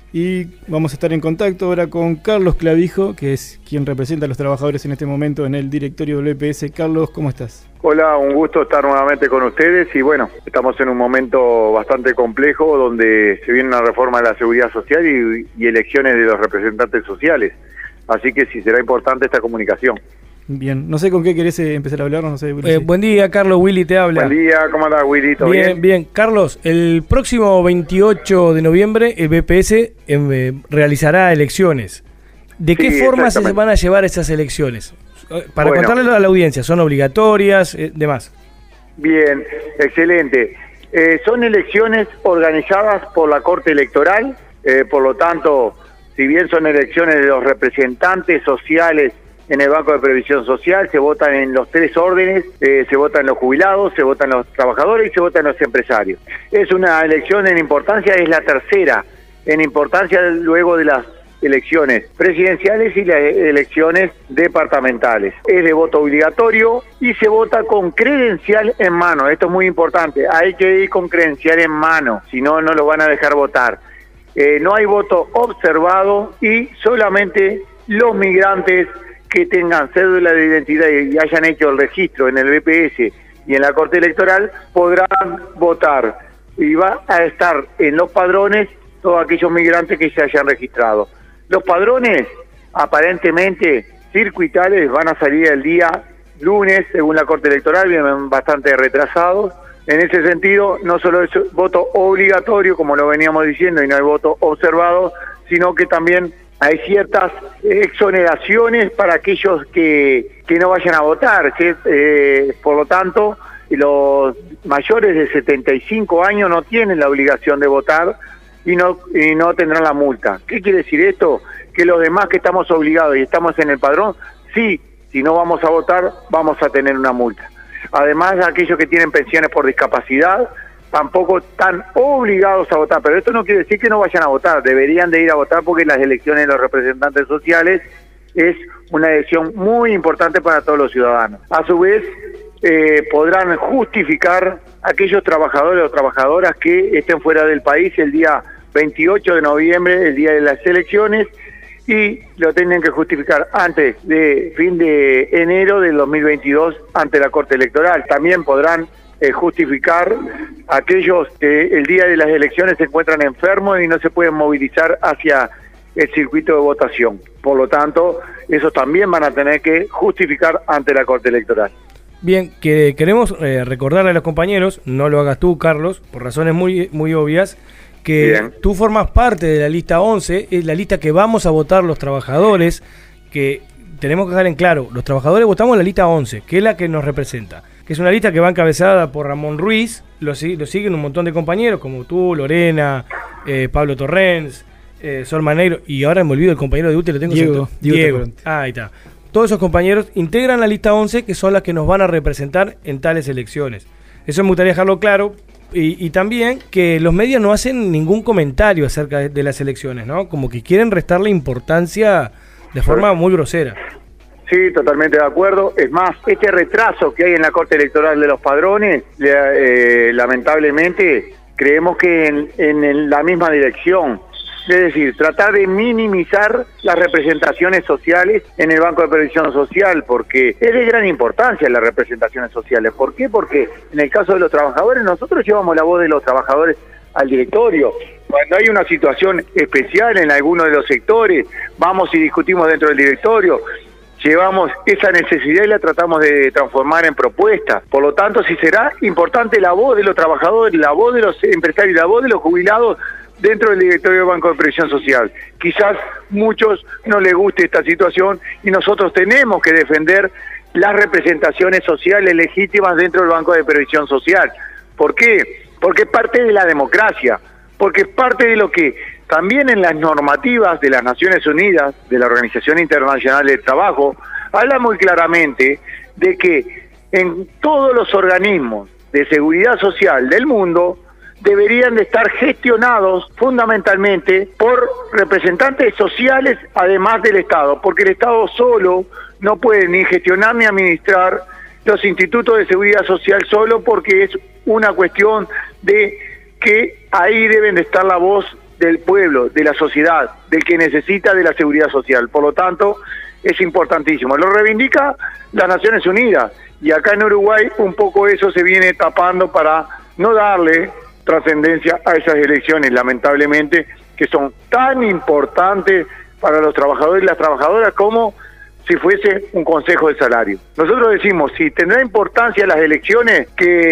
Y vamos a estar en contacto ahora con Carlos Clavijo, que es quien representa a los trabajadores en este momento en el directorio del BPS. Carlos, ¿cómo estás? Hola, un gusto estar nuevamente con ustedes y bueno, estamos en un momento bastante complejo donde se viene una reforma de la seguridad social y elecciones de los representantes sociales, así que sí será importante esta comunicación. Bien, no sé con qué querés empezar a hablar, no sé. Buen día, Carlos, Willy te habla. Buen día, ¿cómo andás, Willy? ¿Todo bien? Bien, Carlos, el próximo 28 de noviembre el BPS realizará elecciones. ¿De qué forma se van a llevar esas elecciones? Para contarle a la audiencia, ¿son obligatorias, demás? Bien, excelente. Son elecciones organizadas por la Corte Electoral, por lo tanto, si bien son elecciones de los representantes sociales en el Banco de Previsión Social, se votan en los 3 órdenes, se votan los jubilados, se votan los trabajadores y se votan los empresarios. Es una elección en importancia, es la tercera en importancia luego de las elecciones presidenciales y las elecciones departamentales. Es de voto obligatorio y se vota con credencial en mano. Esto es muy importante, hay que ir con credencial en mano, si no, no lo van a dejar votar. No hay voto observado y solamente los migrantes que tengan cédula de identidad y hayan hecho el registro en el BPS y en la Corte Electoral podrán votar. Y va a estar en los padrones todos aquellos migrantes que se hayan registrado. Los padrones, aparentemente circuitales, van a salir el día lunes, según la Corte Electoral, vienen bastante retrasados. En ese sentido, no solo es voto obligatorio, como lo veníamos diciendo, y no hay voto observado, sino que también hay ciertas exoneraciones para aquellos que no vayan a votar. Por lo tanto, los mayores de 75 años no tienen la obligación de votar, y no tendrán la multa. ¿Qué quiere decir esto? Que los demás que estamos obligados y estamos en el padrón, sí, si no vamos a votar, vamos a tener una multa. Además, aquellos que tienen pensiones por discapacidad, tampoco están obligados a votar, pero esto no quiere decir que no vayan a votar, deberían de ir a votar porque las elecciones de los representantes sociales es una elección muy importante para todos los ciudadanos. A su vez, podrán justificar aquellos trabajadores o trabajadoras que estén fuera del país el día 28 de noviembre, el día de las elecciones, y lo tienen que justificar antes de fin de enero del 2022 ante la Corte Electoral. También podrán justificar aquellos que el día de las elecciones se encuentran enfermos y no se pueden movilizar hacia el circuito de votación. Por lo tanto, esos también van a tener que justificar ante la Corte Electoral. Bien, que queremos recordarle a los compañeros, no lo hagas tú, Carlos, por razones muy obvias, que bien, tú formas parte de la lista 11, es la lista que vamos a votar los trabajadores, que tenemos que dejar en claro, los trabajadores votamos la lista 11, que es la que nos representa, que es una lista que va encabezada por Ramón Ruiz, lo siguen un montón de compañeros como tú, Lorena, Pablo Torrens, Sol Manegro, y ahora me olvido el compañero de UTE, lo tengo Diego. Ahí está. Todos esos compañeros integran la lista 11, que son las que nos van a representar en tales elecciones. Eso me gustaría dejarlo claro. Y también que los medios no hacen ningún comentario acerca de las elecciones, ¿no? Como que quieren restarle importancia de forma muy grosera. Sí, totalmente de acuerdo. Es más, este retraso que hay en la Corte Electoral de los padrones, lamentablemente, creemos que en la misma dirección. Es decir, tratar de minimizar las representaciones sociales en el Banco de Previsión Social, porque es de gran importancia las representaciones sociales. ¿Por qué? Porque en el caso de los trabajadores, nosotros llevamos la voz de los trabajadores al directorio. Cuando hay una situación especial en alguno de los sectores, vamos y discutimos dentro del directorio, llevamos esa necesidad y la tratamos de transformar en propuestas. Por lo tanto, sí será importante la voz de los trabajadores, la voz de los empresarios, la voz de los jubilados, dentro del directorio del Banco de Previsión Social. Quizás muchos no les guste esta situación y nosotros tenemos que defender las representaciones sociales legítimas dentro del Banco de Previsión Social. ¿Por qué? Porque es parte de la democracia, porque es parte de lo que también en las normativas de las Naciones Unidas, de la Organización Internacional del Trabajo, habla muy claramente de que en todos los organismos de seguridad social del mundo deberían de estar gestionados fundamentalmente por representantes sociales, además del Estado, porque el Estado solo no puede ni gestionar ni administrar los institutos de seguridad social solo, porque es una cuestión de que ahí deben de estar la voz del pueblo, de la sociedad, del que necesita de la seguridad social. Por lo tanto, es importantísimo. Lo reivindica las Naciones Unidas, y acá en Uruguay un poco eso se viene tapando para no darle trascendencia a esas elecciones, lamentablemente, que son tan importantes para los trabajadores y las trabajadoras como si fuese un consejo de salario. Nosotros decimos, si tendrá importancia las elecciones,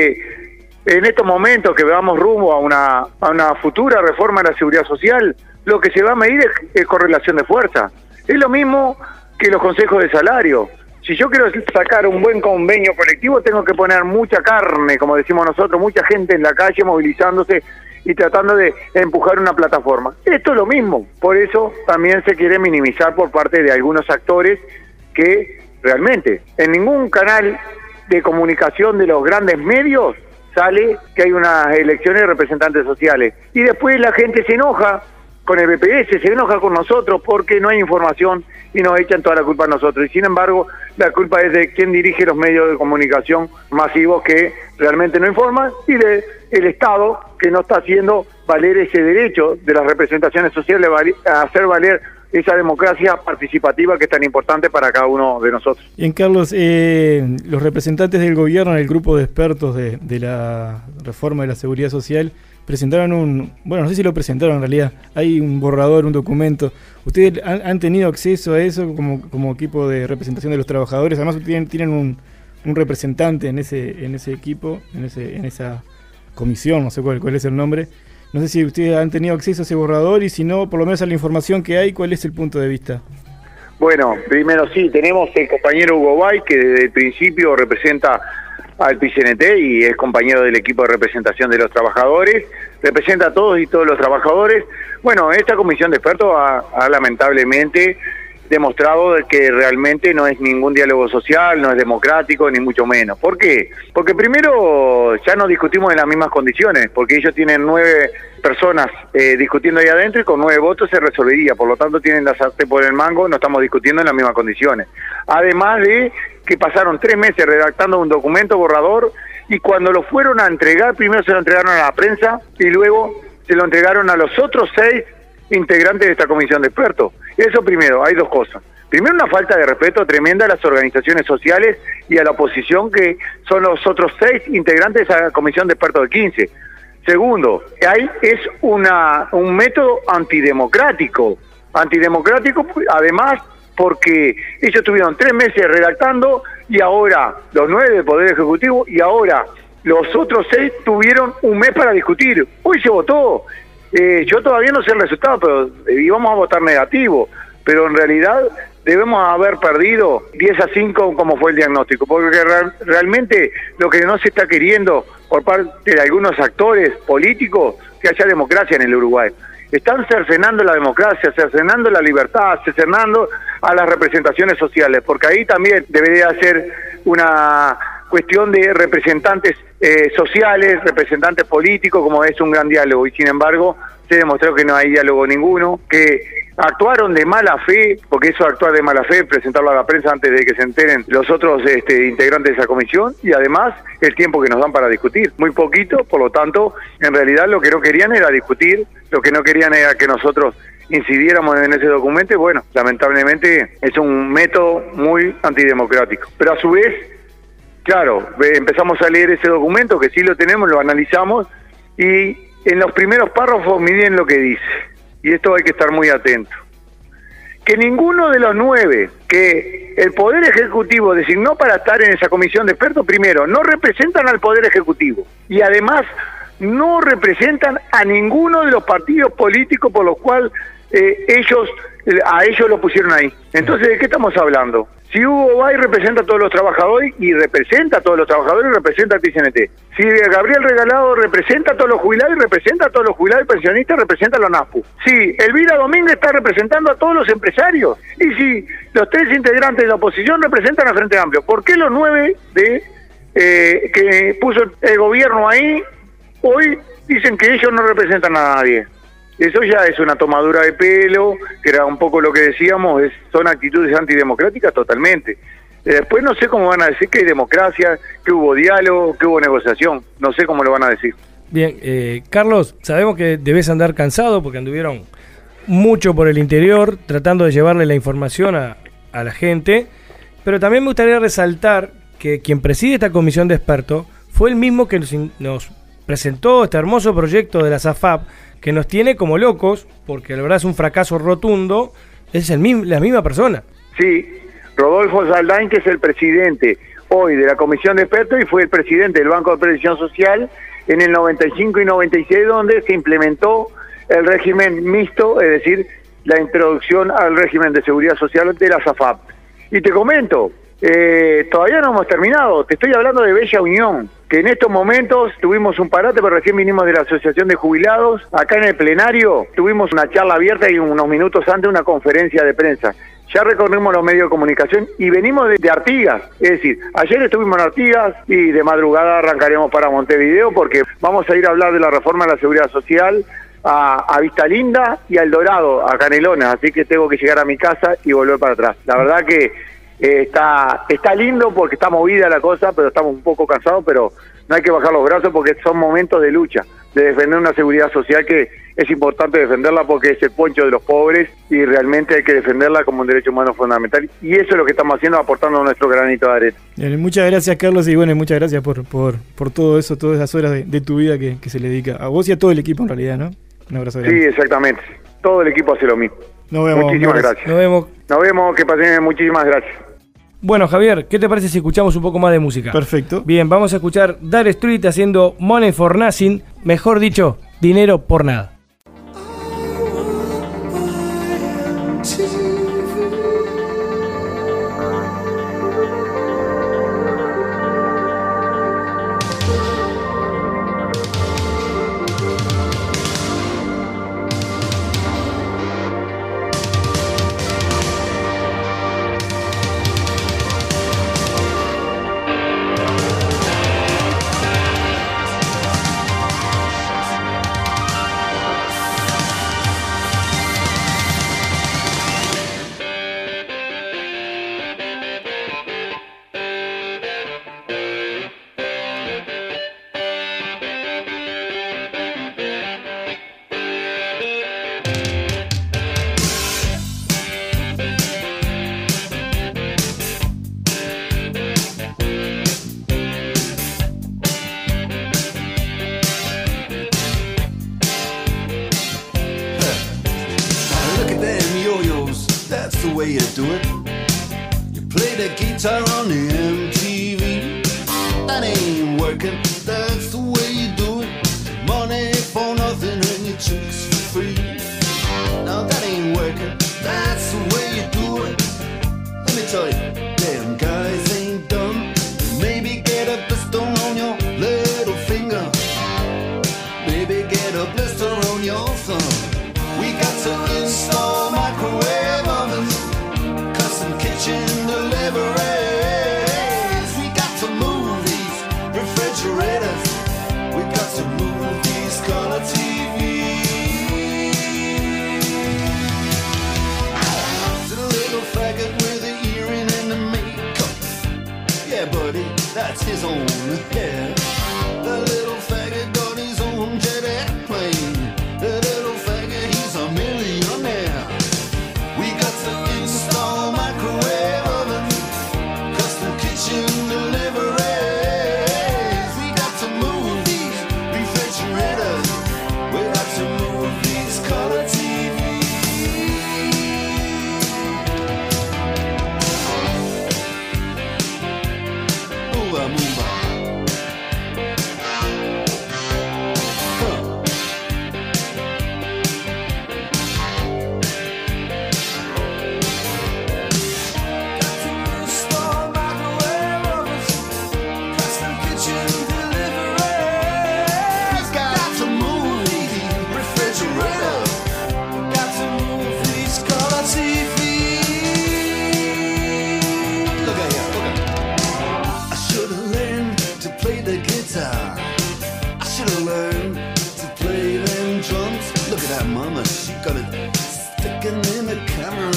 que en estos momentos que vamos rumbo a una futura reforma de la seguridad social, lo que se va a medir es correlación de fuerza. Es lo mismo que los consejos de salario. Si yo quiero sacar un buen convenio colectivo, tengo que poner mucha carne, como decimos nosotros, mucha gente en la calle movilizándose y tratando de empujar una plataforma. Esto es lo mismo, por eso también se quiere minimizar por parte de algunos actores que realmente en ningún canal de comunicación de los grandes medios sale que hay unas elecciones de representantes sociales. Y después la gente se enoja con el BPS, se enoja con nosotros porque no hay información y nos echan toda la culpa a nosotros. Y sin embargo, la culpa es de quien dirige los medios de comunicación masivos que realmente no informan y del Estado que no está haciendo valer ese derecho de las representaciones sociales a hacer valer esa democracia participativa que es tan importante para cada uno de nosotros. Bien, Carlos, los representantes del gobierno, el grupo de expertos de la reforma de la seguridad social, presentaron no sé si lo presentaron en realidad, hay un borrador, un documento. ¿Ustedes han tenido acceso a eso como equipo de representación de los trabajadores? Además tienen un representante en ese equipo, en esa comisión, no sé cuál es el nombre. No sé si ustedes han tenido acceso a ese borrador y si no, por lo menos a la información que hay, ¿cuál es el punto de vista? Bueno, primero sí, tenemos el compañero Hugo Bay, que desde el principio representa al PIT-CNT y es compañero del equipo de representación de los trabajadores, representa a todos y todos los trabajadores. Bueno, esta comisión de expertos ha lamentablemente demostrado que realmente no es ningún diálogo social, no es democrático, ni mucho menos. ¿Por qué? Porque primero ya no discutimos en las mismas condiciones, porque ellos tienen 9 personas discutiendo ahí adentro y con 9 votos se resolvería, por lo tanto tienen la sartén por el mango, no estamos discutiendo en las mismas condiciones. Además de que pasaron 3 meses redactando un documento borrador y cuando lo fueron a entregar, primero se lo entregaron a la prensa y luego se lo entregaron a los otros 6 integrantes de esta comisión de expertos. Eso primero, hay 2 cosas. Primero, una falta de respeto tremenda a las organizaciones sociales y a la oposición, que son los otros 6 integrantes de esa comisión de expertos de 15. Segundo, es un método antidemocrático, además porque ellos tuvieron 3 meses redactando y ahora los 9 del Poder Ejecutivo y ahora los otros 6 tuvieron un mes para discutir. Hoy se votó. Yo todavía no sé el resultado, pero íbamos a votar negativo, pero en realidad debemos haber perdido 10-5 como fue el diagnóstico, porque realmente lo que no se está queriendo por parte de algunos actores políticos que haya democracia en el Uruguay. Están cercenando la democracia, cercenando la libertad, cercenando a las representaciones sociales, porque ahí también debería ser una cuestión de representantes sociales, representantes políticos, como es un gran diálogo, y sin embargo se demostró que no hay diálogo ninguno, que actuaron de mala fe, porque eso es actuar de mala fe, presentarlo a la prensa antes de que se enteren los otros integrantes de esa comisión, y además el tiempo que nos dan para discutir, muy poquito, por lo tanto, en realidad lo que no querían era discutir, lo que no querían era que nosotros incidiéramos en ese documento, y bueno, lamentablemente es un método muy antidemocrático. Pero a su vez, claro, empezamos a leer ese documento, que sí lo tenemos, lo analizamos, y en los primeros párrafos miren lo que dice, y esto hay que estar muy atento. Que ninguno de los 9 que el Poder Ejecutivo designó para estar en esa comisión de expertos, primero, no representan al Poder Ejecutivo, y además no representan a ninguno de los partidos políticos por los cuales a ellos lo pusieron ahí. Entonces, ¿de qué estamos hablando? Si Hugo Bay representa a todos los trabajadores y representa a todos los trabajadores y representa al PIT-CNT. Si Gabriel Regalado representa a todos los jubilados y representa a todos los jubilados y pensionistas, representa a los NASPU. Si Elvira Domínguez está representando a todos los empresarios. Y si los 3 integrantes de la oposición representan al Frente Amplio. ¿Por qué los 9 que puso el gobierno ahí hoy dicen que ellos no representan a nadie? Eso ya es una tomadura de pelo, que era un poco lo que decíamos, son actitudes antidemocráticas totalmente. Después no sé cómo van a decir que hay democracia, que hubo diálogo, que hubo negociación, no sé cómo lo van a decir. Bien, Carlos, sabemos que debes andar cansado porque anduvieron mucho por el interior tratando de llevarle la información a la gente, pero también me gustaría resaltar que quien preside esta comisión de expertos fue el mismo que nos presentó este hermoso proyecto de la SAFAP, que nos tiene como locos, porque la verdad es un fracaso rotundo, es la misma persona. Sí, Rodolfo Saldain, que es el presidente hoy de la comisión de expertos y fue el presidente del Banco de Previsión Social en el 95 y 96, donde se implementó el régimen mixto, es decir, la introducción al régimen de seguridad social de la SAFAP. Y te comento, todavía no hemos terminado, te estoy hablando de Bella Unión, que en estos momentos tuvimos un parate, pero recién vinimos de la Asociación de Jubilados, acá en el plenario tuvimos una charla abierta y unos minutos antes una conferencia de prensa. Ya recorrimos los medios de comunicación y venimos de Artigas, es decir, ayer estuvimos en Artigas y de madrugada arrancaremos para Montevideo porque vamos a ir a hablar de la reforma de la seguridad social a Vista Linda y a El Dorado, a Canelones, así que tengo que llegar a mi casa y volver para atrás. La verdad que está lindo porque está movida la cosa, pero estamos un poco cansados, pero no hay que bajar los brazos porque son momentos de lucha, de defender una seguridad social que es importante defenderla porque es el poncho de los pobres y realmente hay que defenderla como un derecho humano fundamental, y eso es lo que estamos haciendo, aportando nuestro granito de arena. Muchas gracias, Carlos, y bueno, muchas gracias por todo eso, todas esas horas de tu vida que se le dedica a vos y a todo el equipo en realidad, ¿no? Un abrazo grande. Sí, exactamente, todo el equipo hace lo mismo. Nos vemos. Muchísimas gracias. Nos vemos, que pasen, muchísimas gracias. Bueno, Javier, ¿qué te parece si escuchamos un poco más de música? Perfecto. Bien, vamos a escuchar Dire Street haciendo Money for Nothing, mejor dicho, dinero por nada.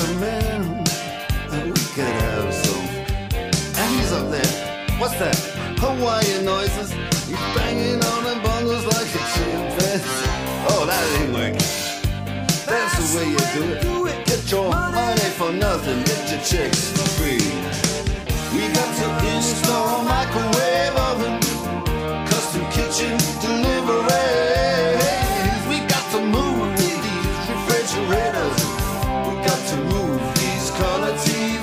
What's that? Hawaiian noises. He's banging on them bongos like a chimpanzee. Oh, that ain't working. That's the way you do it. Get your money for nothing, get your chicks for free. We got to install a microwave oven, custom kitchen deliveries. We got to move these refrigerators. We got to move these color TVs.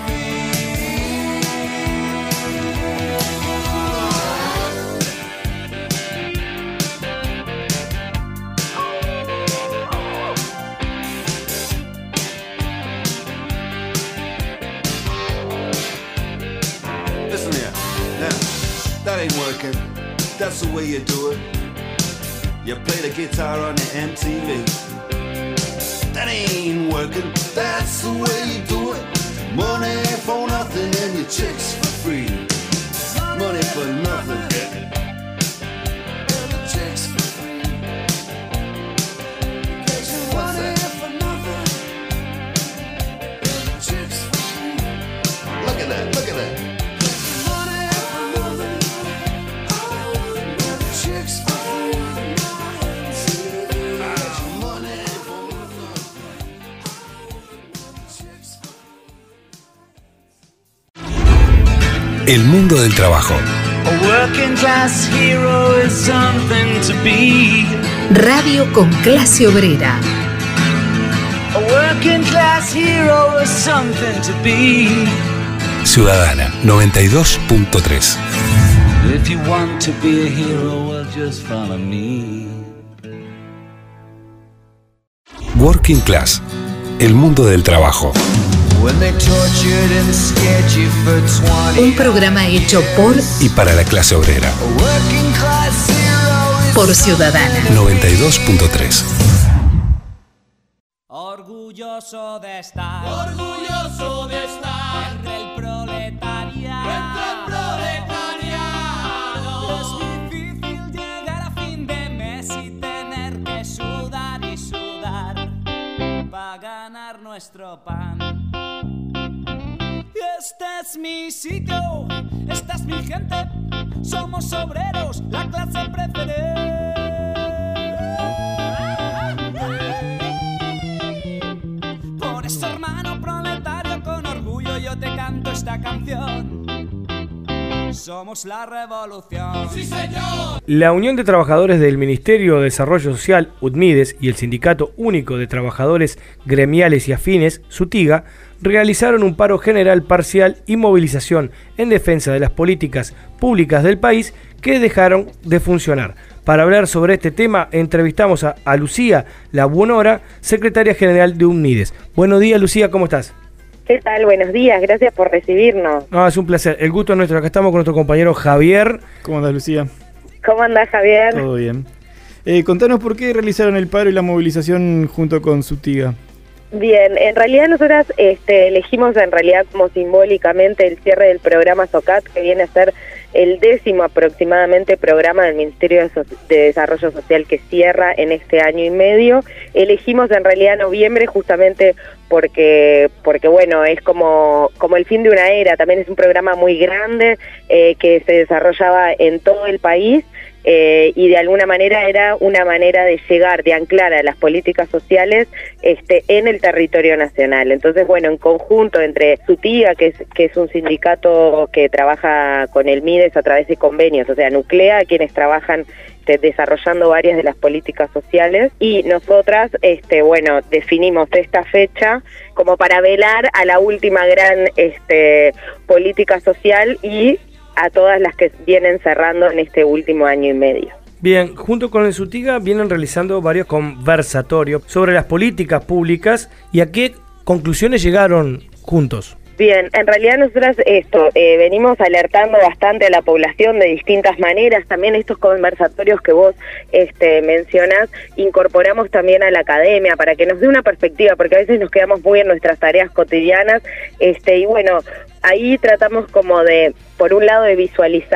Listen here, now, that ain't working. That's the way you do it. You play the guitar on the MTV. That ain't working. That's the way you do it. Money for nothing and your chicks for free. Money for nothing. And your chicks for free. What's that? And your chicks for free. Look at that, look at that. El mundo del trabajo. A working class hero is something to be. Radio con clase obrera. A working class hero is something to be. Ciudadana 92.3. If you want to be a hero, well, just follow me. Working Class. El mundo del trabajo. Un programa hecho por y para la clase obrera. Por Ciudadana 92.3. Orgulloso de estar entre el proletariado. Es difícil llegar a fin de mes y tener que sudar y sudar para ganar nuestro pan. Este es mi sitio, esta es mi gente, somos obreros, la clase preferente. Por eso, hermano proletario, con orgullo yo te canto esta canción. Somos la revolución. ¡Sí, señor! La Unión de Trabajadores del Ministerio de Desarrollo Social, UTMIDES, y el Sindicato Único de Trabajadores Gremiales y Afines, SUTIGA, realizaron un paro general parcial y movilización en defensa de las políticas públicas del país que dejaron de funcionar. Para hablar sobre este tema, entrevistamos a Lucía Labuonora, secretaria general de UTMIDES. Buenos días, Lucía, ¿cómo estás? ¿Qué tal? Buenos días, gracias por recibirnos. Es un placer. El gusto es nuestro. Acá estamos con nuestro compañero Javier. ¿Cómo andás, Lucía? ¿Cómo andás, Javier? Todo bien. Contanos por qué realizaron el paro y la movilización junto con SUTIGA. Bien, en realidad nosotras elegimos en realidad como simbólicamente el cierre del programa SOCAT, que viene a ser el 10º aproximadamente programa del Ministerio de Desarrollo Social que cierra en este año y medio. Elegimos en realidad noviembre justamente porque bueno, es como el fin de una era, también es un programa muy grande que se desarrollaba en todo el país. Y de alguna manera era una manera de llegar, de anclar a las políticas sociales en el territorio nacional. Entonces, bueno, en conjunto entre SUTIGA, que es un sindicato que trabaja con el MIDES a través de convenios, o sea, nuclea a quienes trabajan desarrollando varias de las políticas sociales, y nosotras, bueno, definimos esta fecha como para velar a la última gran política social y a todas las que vienen cerrando en este último año y medio. Bien, junto con el SUTIGA vienen realizando varios conversatorios sobre las políticas públicas y a qué conclusiones llegaron juntos. Bien, en realidad nosotras venimos alertando bastante a la población de distintas maneras. También estos conversatorios que vos mencionás, incorporamos también a la academia para que nos dé una perspectiva, porque a veces nos quedamos muy en nuestras tareas cotidianas, y bueno, ahí tratamos como de, por un lado, de visualizar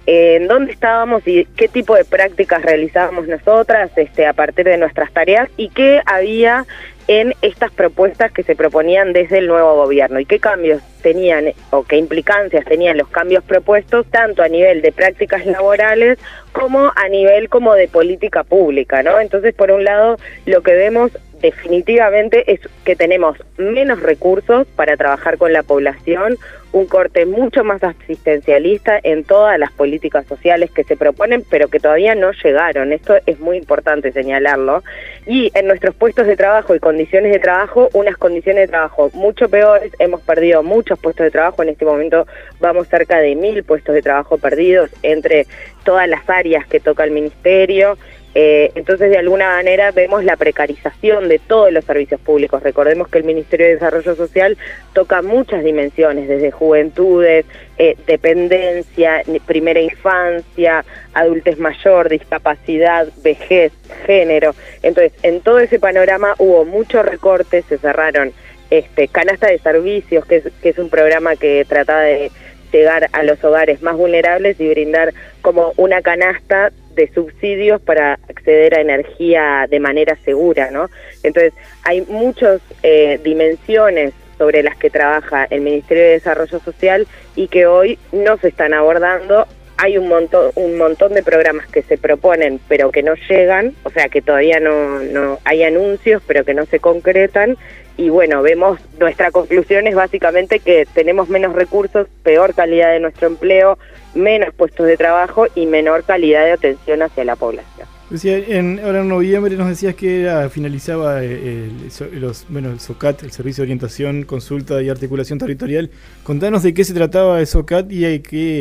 en dónde estábamos y qué tipo de prácticas realizábamos nosotras a partir de nuestras tareas y qué había en estas propuestas que se proponían desde el nuevo gobierno y qué cambios tenían o qué implicancias tenían los cambios propuestos tanto a nivel de prácticas laborales como a nivel como de política pública, ¿no? Entonces, por un lado, lo que vemos definitivamente es que tenemos menos recursos para trabajar con la población, un corte mucho más asistencialista en todas las políticas sociales que se proponen, pero que todavía no llegaron. Esto es muy importante señalarlo. Y en nuestros puestos de trabajo y condiciones de trabajo, unas condiciones de trabajo mucho peores. Hemos perdido muchos puestos de trabajo. En este momento vamos cerca de 1.000 puestos de trabajo perdidos entre todas las áreas que toca el ministerio. Entonces, de alguna manera, vemos la precarización de todos los servicios públicos. Recordemos que el Ministerio de Desarrollo Social toca muchas dimensiones, desde juventudes, dependencia, primera infancia, adultez mayor, discapacidad, vejez, género. Entonces, en todo ese panorama hubo muchos recortes, se cerraron Canasta de Servicios, que es un programa que trataba de llegar a los hogares más vulnerables y brindar como una canasta de subsidios para acceder a energía de manera segura, ¿no? Entonces, hay muchas dimensiones sobre las que trabaja el Ministerio de Desarrollo Social y que hoy no se están abordando. Hay un montón de programas que se proponen pero que no llegan, o sea que todavía no hay anuncios pero que no se concretan. Y bueno, vemos, nuestra conclusión es básicamente que tenemos menos recursos, peor calidad de nuestro empleo, menos puestos de trabajo y menor calidad de atención hacia la población. Decía, ahora en noviembre nos decías que finalizaba el SOCAT, el Servicio de Orientación, Consulta y Articulación Territorial. Contanos de qué se trataba el SOCAT y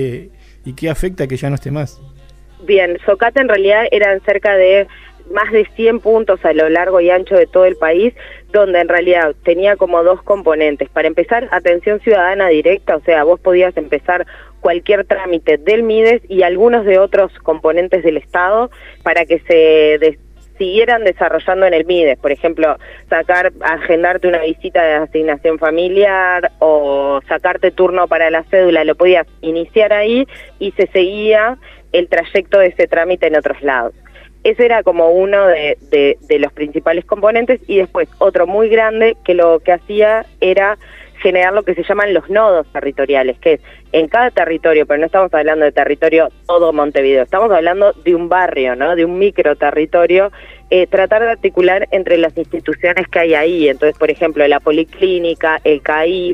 qué afecta que ya no esté más. Bien, SOCAT en realidad eran cerca de más de 100 puntos a lo largo y ancho de todo el país, donde en realidad tenía como dos componentes. Para empezar, atención ciudadana directa, o sea, vos podías empezar cualquier trámite del MIDES y algunos de otros componentes del Estado para que se siguieran desarrollando en el MIDES. Por ejemplo, agendarte una visita de asignación familiar o sacarte turno para la cédula, lo podías iniciar ahí y se seguía el trayecto de ese trámite en otros lados. Ese era como uno de los principales componentes, y después otro muy grande que lo que hacía era generar lo que se llaman los nodos territoriales, que es en cada territorio, pero no estamos hablando de territorio todo Montevideo, estamos hablando de un barrio, ¿no? De un micro territorio, tratar de articular entre las instituciones que hay ahí. Entonces, por ejemplo, la policlínica, el CAIF,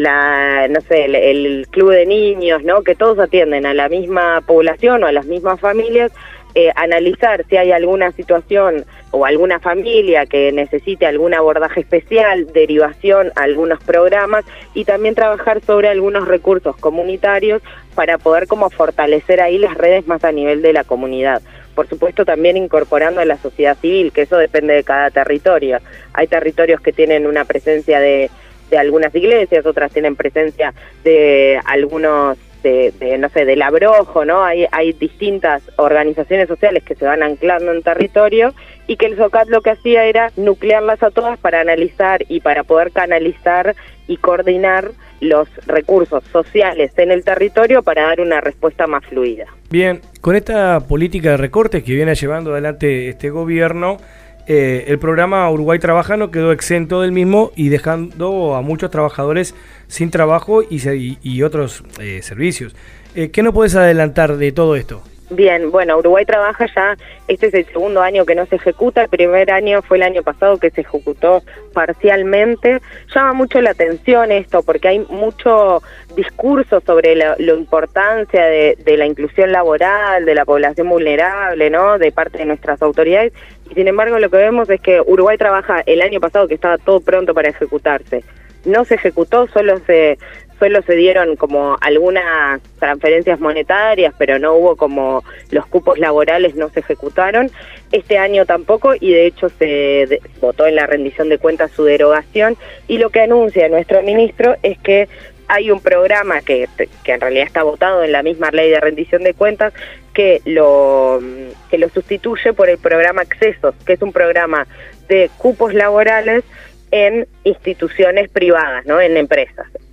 el club de niños, ¿no? Que todos atienden a la misma población o a las mismas familias. Analizar si hay alguna situación o alguna familia que necesite algún abordaje especial, derivación a algunos programas, y también trabajar sobre algunos recursos comunitarios para poder como fortalecer ahí las redes más a nivel de la comunidad. Por supuesto, también incorporando a la sociedad civil, que eso depende de cada territorio. Hay territorios que tienen una presencia de algunas iglesias, otras tienen presencia de algunos del Abrojo, ¿no? Hay distintas organizaciones sociales que se van anclando en territorio, y que el SOCAT lo que hacía era nuclearlas a todas para analizar y para poder canalizar y coordinar los recursos sociales en el territorio para dar una respuesta más fluida. Bien, con esta política de recortes que viene llevando adelante este gobierno, el programa Uruguay Trabaja no quedó exento del mismo y dejando a muchos trabajadores sin trabajo y otros servicios. ¿Qué nos puedes adelantar de todo esto? Bien, bueno, Uruguay Trabaja ya, este es el segundo año que no se ejecuta, el primer año fue el año pasado que se ejecutó parcialmente. Llama mucho la atención esto porque hay mucho discurso sobre la importancia de la inclusión laboral, de la población vulnerable, ¿no?, de parte de nuestras autoridades, y sin embargo lo que vemos es que Uruguay Trabaja el año pasado, que estaba todo pronto para ejecutarse, no se ejecutó, solo se dieron como algunas transferencias monetarias, pero no hubo como los cupos laborales, no se ejecutaron. Este año tampoco, y de hecho se votó en la rendición de cuentas su derogación, y lo que anuncia nuestro ministro es que hay un programa que en realidad está votado en la misma ley de rendición de cuentas, que lo sustituye por el programa Accesos, que es un programa de cupos laborales en instituciones privadas, ¿no?, en empresas.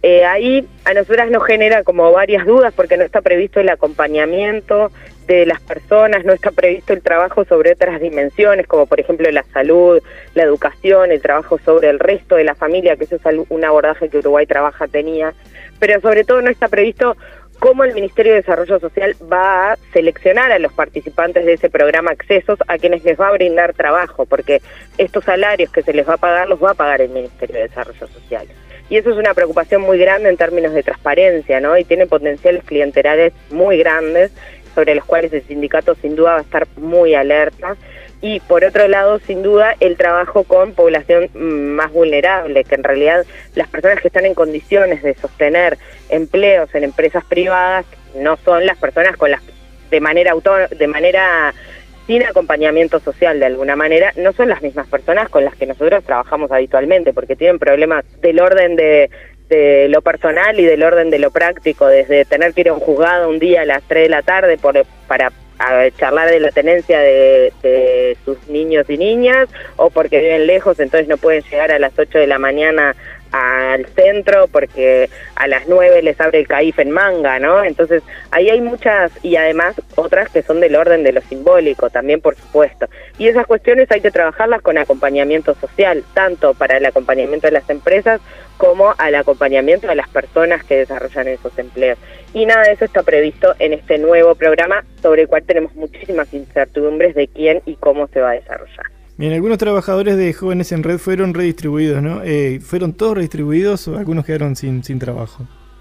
Ahí a nosotras nos genera como varias dudas porque no está previsto el acompañamiento de las personas, no está previsto el trabajo sobre otras dimensiones, como por ejemplo la salud, la educación, el trabajo sobre el resto de la familia, que eso es un abordaje que Uruguay Trabaja tenía, pero sobre todo no está previsto cómo el Ministerio de Desarrollo Social va a seleccionar a los participantes de ese programa Accesos a quienes les va a brindar trabajo, porque estos salarios que se les va a pagar los va a pagar el Ministerio de Desarrollo Social. Y eso es una preocupación muy grande en términos de transparencia, ¿no? Y tiene potenciales clientelares muy grandes, sobre los cuales el sindicato sin duda va a estar muy alerta. Y por otro lado, sin duda, el trabajo con población más vulnerable, que en realidad las personas que están en condiciones de sostener empleos en empresas privadas no son las personas con las de manera sin acompañamiento social, de alguna manera, no son las mismas personas con las que nosotros trabajamos habitualmente, porque tienen problemas del orden de lo personal y del orden de lo práctico, desde tener que ir a un juzgado un día a las 3 de la tarde para charlar de la tenencia de sus niños y niñas, o porque viven lejos, entonces no pueden llegar a las 8 de la mañana al centro porque a las 9 les abre el CAIF en Manga, ¿no? Entonces ahí hay muchas, y además otras que son del orden de lo simbólico también, por supuesto, y esas cuestiones hay que trabajarlas con acompañamiento social, tanto para el acompañamiento de las empresas como al acompañamiento de las personas que desarrollan esos empleos, y nada de eso está previsto en este nuevo programa, sobre el cual tenemos muchísimas incertidumbres de quién y cómo se va a desarrollar. Bien, algunos trabajadores de Jóvenes en Red fueron redistribuidos, ¿no? ¿Fueron todos redistribuidos o algunos quedaron sin trabajo?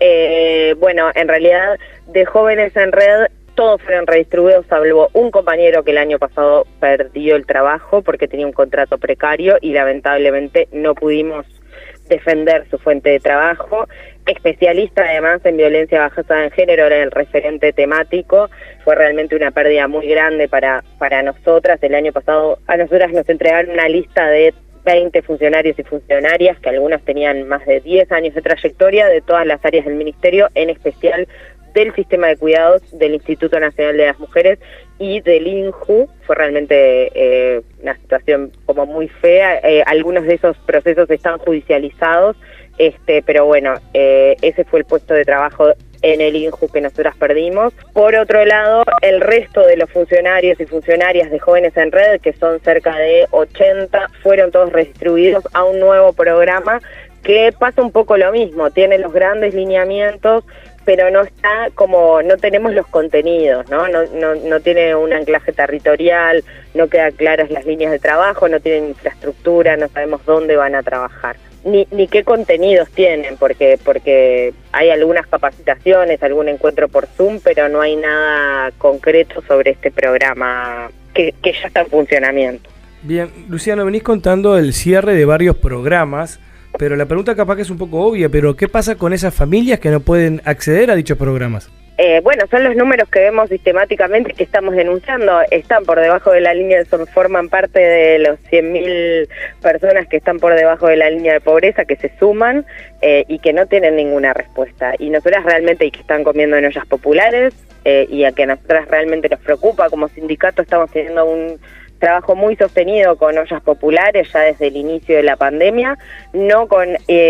Bueno, en realidad de Jóvenes en Red todos fueron redistribuidos, salvo un compañero que el año pasado perdió el trabajo porque tenía un contrato precario y lamentablemente no pudimos defender su fuente de trabajo. Especialista además en violencia basada en género, era el referente temático. Fue realmente una pérdida muy grande para nosotras. El año pasado a nosotras nos entregaron una lista de 20 funcionarios y funcionarias, que algunos tenían más de 10 años de trayectoria de todas las áreas del ministerio, en especial del sistema de cuidados, del Instituto Nacional de las Mujeres y del INJU. Fue realmente una situación como muy fea. Algunos de esos procesos están judicializados, pero bueno, ese fue el puesto de trabajo en el INJU que nosotras perdimos. Por otro lado, el resto de los funcionarios y funcionarias de Jóvenes en Red, que son cerca de 80, fueron todos redistribuidos a un nuevo programa que pasa un poco lo mismo, tiene los grandes lineamientos, pero no está como, no tenemos los contenidos, no tiene un anclaje territorial, no quedan claras las líneas de trabajo, no tienen infraestructura, no sabemos dónde van a trabajar, ni qué contenidos tienen, porque hay algunas capacitaciones, algún encuentro por Zoom, pero no hay nada concreto sobre este programa que ya está en funcionamiento. Bien, Luciano, venís contando el cierre de varios programas, pero la pregunta capaz que es un poco obvia, pero ¿qué pasa con esas familias que no pueden acceder a dichos programas? Bueno, son los números que vemos sistemáticamente que estamos denunciando, están por debajo de la línea, forman parte de los 100.000 personas que están por debajo de la línea de pobreza, que se suman y que no tienen ninguna respuesta. Y nosotras realmente, y que están comiendo en ollas populares, y a que a nosotras realmente nos preocupa, como sindicato estamos teniendo un trabajo muy sostenido con ollas populares ya desde el inicio de la pandemia, no con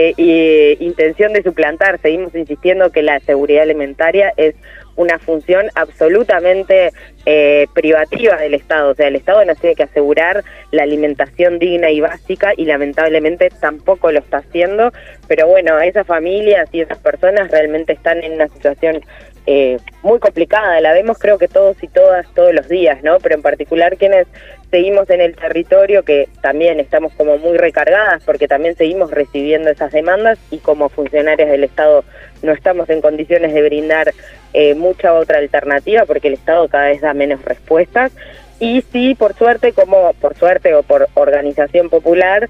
intención de suplantar. Seguimos insistiendo que la seguridad alimentaria es una función absolutamente privativa del Estado, o sea, el Estado nos tiene que asegurar la alimentación digna y básica, y lamentablemente tampoco lo está haciendo, pero bueno, esas familias y esas personas realmente están en una situación muy complicada, la vemos creo que todos y todas todos los días, ¿no? Pero en particular quienes seguimos en el territorio, que también estamos como muy recargadas porque también seguimos recibiendo esas demandas, y como funcionarias del Estado no estamos en condiciones de brindar mucha otra alternativa porque el Estado cada vez da menos respuestas. Y sí, por suerte o por organización popular,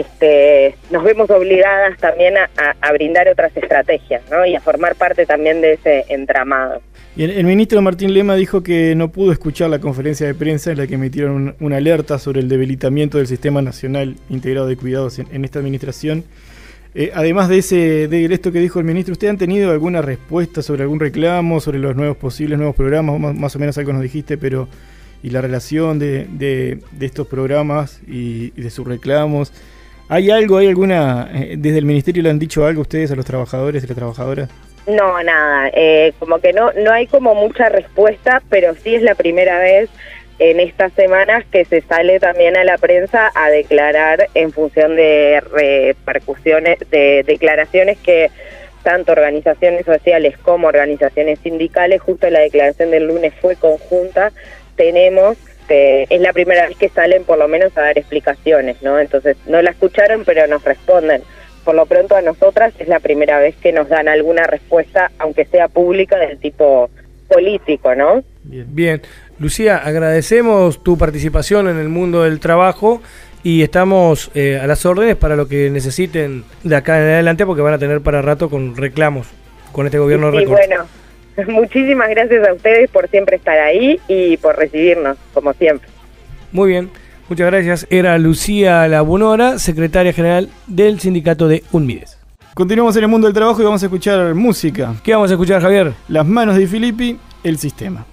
nos vemos obligadas también a brindar otras estrategias, ¿no? Y a formar parte también de ese entramado. Y el ministro Martín Lema dijo que no pudo escuchar la conferencia de prensa en la que emitieron una alerta sobre el debilitamiento del Sistema Nacional Integrado de Cuidados en esta administración. Además de esto que dijo el ministro, ¿usted han tenido alguna respuesta sobre algún reclamo, sobre los posibles nuevos programas? Más o menos algo nos dijiste, pero y la relación de estos programas y de sus reclamos. ¿Hay alguna, desde el ministerio le han dicho algo ustedes a los trabajadores y las trabajadoras? No, nada, como que no hay como mucha respuesta, pero sí es la primera vez en estas semanas que se sale también a la prensa a declarar en función de repercusiones, de declaraciones que tanto organizaciones sociales como organizaciones sindicales, justo la declaración del lunes fue conjunta, es la primera vez que salen por lo menos a dar explicaciones, ¿no? Entonces no la escucharon, pero nos responden. Por lo pronto a nosotras es la primera vez que nos dan alguna respuesta, aunque sea pública, del tipo político, ¿no? Bien. Lucía, agradecemos tu participación en el mundo del trabajo y estamos a las órdenes para lo que necesiten de acá en adelante, porque van a tener para rato con reclamos con este gobierno de recorte. Bueno, muchísimas gracias a ustedes por siempre estar ahí y por recibirnos, como siempre. Muy bien, muchas gracias. Era Lucía Labunora, secretaria general del sindicato de UNMIDES. Continuamos en el mundo del trabajo y vamos a escuchar música. ¿Qué vamos a escuchar, Javier? Las manos de Filippi, El Sistema.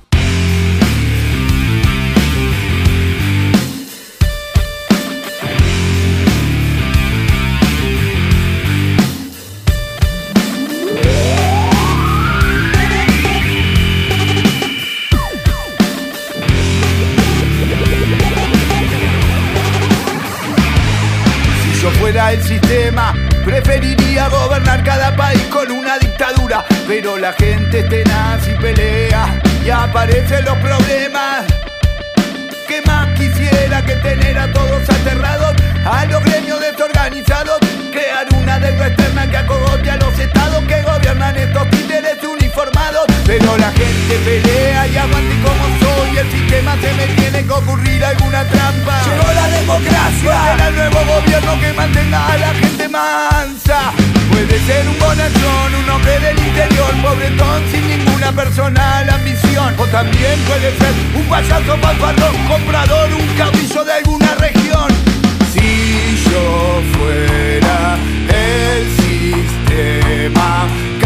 Fuera el sistema, preferiría gobernar cada país con una dictadura, pero la gente es tenaz y pelea y aparecen los problemas. ¿Qué más quisiera que tener a todos aterrados, a los gremios desorganizados, crear una deuda externa que acogote a los estados que gobiernan estos títeres uniformados? Pero la gente pelea y aguante como soy, el sistema se me tiene que ocurrir alguna trampa. Llegó la democracia, será el nuevo gobierno que mantenga a la gente mansa. Puede ser un bonachón, un hombre del interior, pobretón sin ninguna personal ambición. O también puede ser un payaso fanfarrón, comprador, un caudillo de alguna región. Si yo fuera el sistema,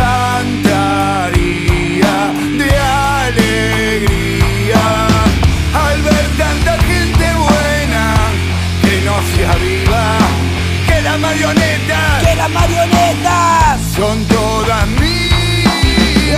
cantaría de alegría al ver tanta gente buena que no se aviva, que las marionetas son todas mías.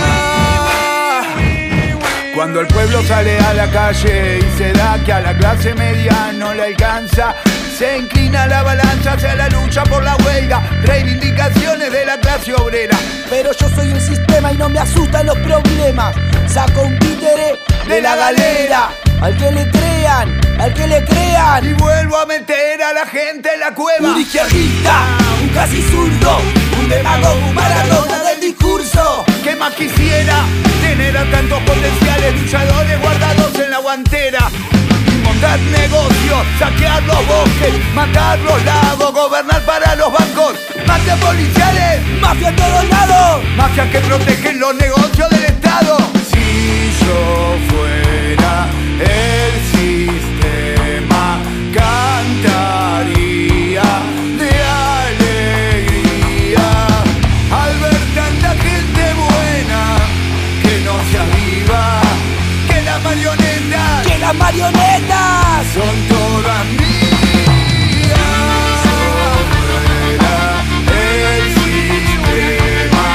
Cuando el pueblo sale a la calle y se da que a la clase media no le alcanza, se inclina la balanza hacia la lucha por la huelga, reivindicaciones de la clase obrera. Pero yo soy un sistema y no me asustan los problemas. Saco un títere de la galera, al que le crean, al que le crean, y vuelvo a meter a la gente en la cueva. Un izquierdista, un casi zurdo, un demagogo, un Maradona del discurso. ¿Qué más quisiera? Tener a tantos potenciales luchadores guardados en la guantera. Montar negocios, saquear los bosques, matar los lagos, gobernar para los bancos, mafias policiales, mafia en todos lados, mafias que protegen los negocios del Estado. Si yo fuera el sistema, cantaría de alegría al ver tanta gente buena que no se aviva, que las marionetas son todas mías. Fuera el sistema,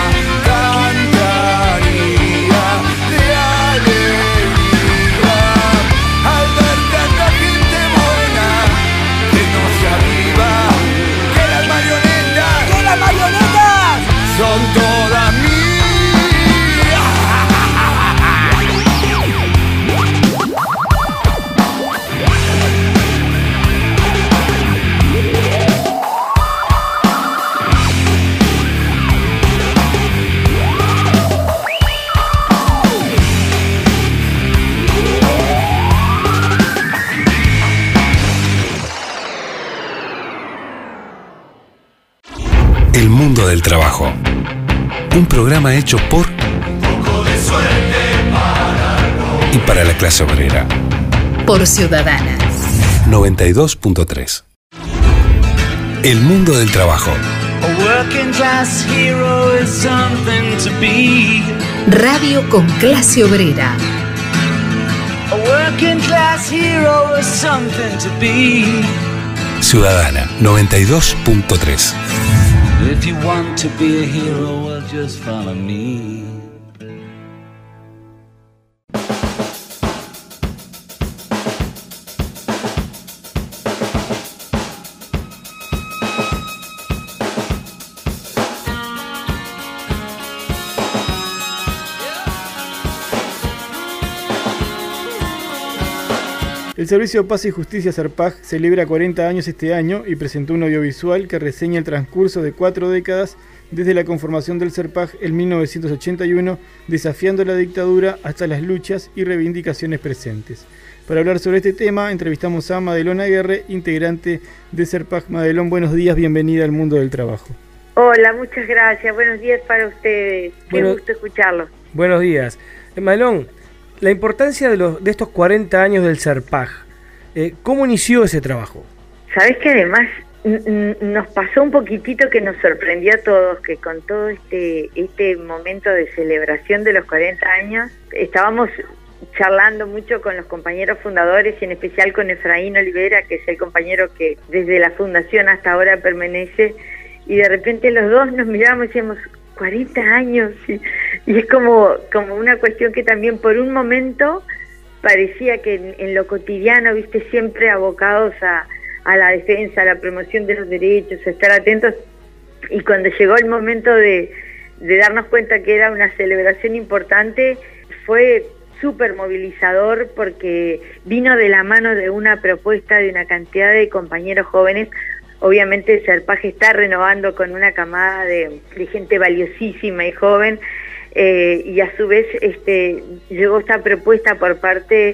cantaría de alegría al ver tanta gente buena que no se aviva, que las marionetas son todas mías. El mundo del trabajo. Un programa hecho por y para la clase obrera. Por Ciudadanas. 92.3. El mundo del trabajo. Radio con clase obrera. Ciudadana 92.3. If you want to be a hero, well, just follow me. El Servicio Paz y Justicia Serpaj celebra 40 años este año y presentó un audiovisual que reseña el transcurso de 4 décadas desde la conformación del Serpaj en 1981, desafiando la dictadura hasta las luchas y reivindicaciones presentes. Para hablar sobre este tema, entrevistamos a Madelón Aguerre, integrante de Serpaj. Madelón, buenos días, bienvenida al mundo del trabajo. Hola, muchas gracias, buenos días para ustedes, qué gusto escucharlos. Buenos días. Madelón, la importancia de estos 40 años del Serpaj, ¿cómo inició ese trabajo? Sabés que además nos pasó un poquitito que nos sorprendió a todos, que con todo este momento de celebración de los 40 años, estábamos charlando mucho con los compañeros fundadores y en especial con Efraín Olivera, que es el compañero que desde la fundación hasta ahora permanece, y de repente los dos nos miramos y decíamos, 40 años, y es como una cuestión que también por un momento parecía que en lo cotidiano, viste, siempre abocados a la defensa, a la promoción de los derechos, a estar atentos, y cuando llegó el momento de darnos cuenta que era una celebración importante, fue súper movilizador porque vino de la mano de una propuesta de una cantidad de compañeros jóvenes. Obviamente Serpaj está renovando con una camada de gente valiosísima y joven, y a su vez llegó esta propuesta por parte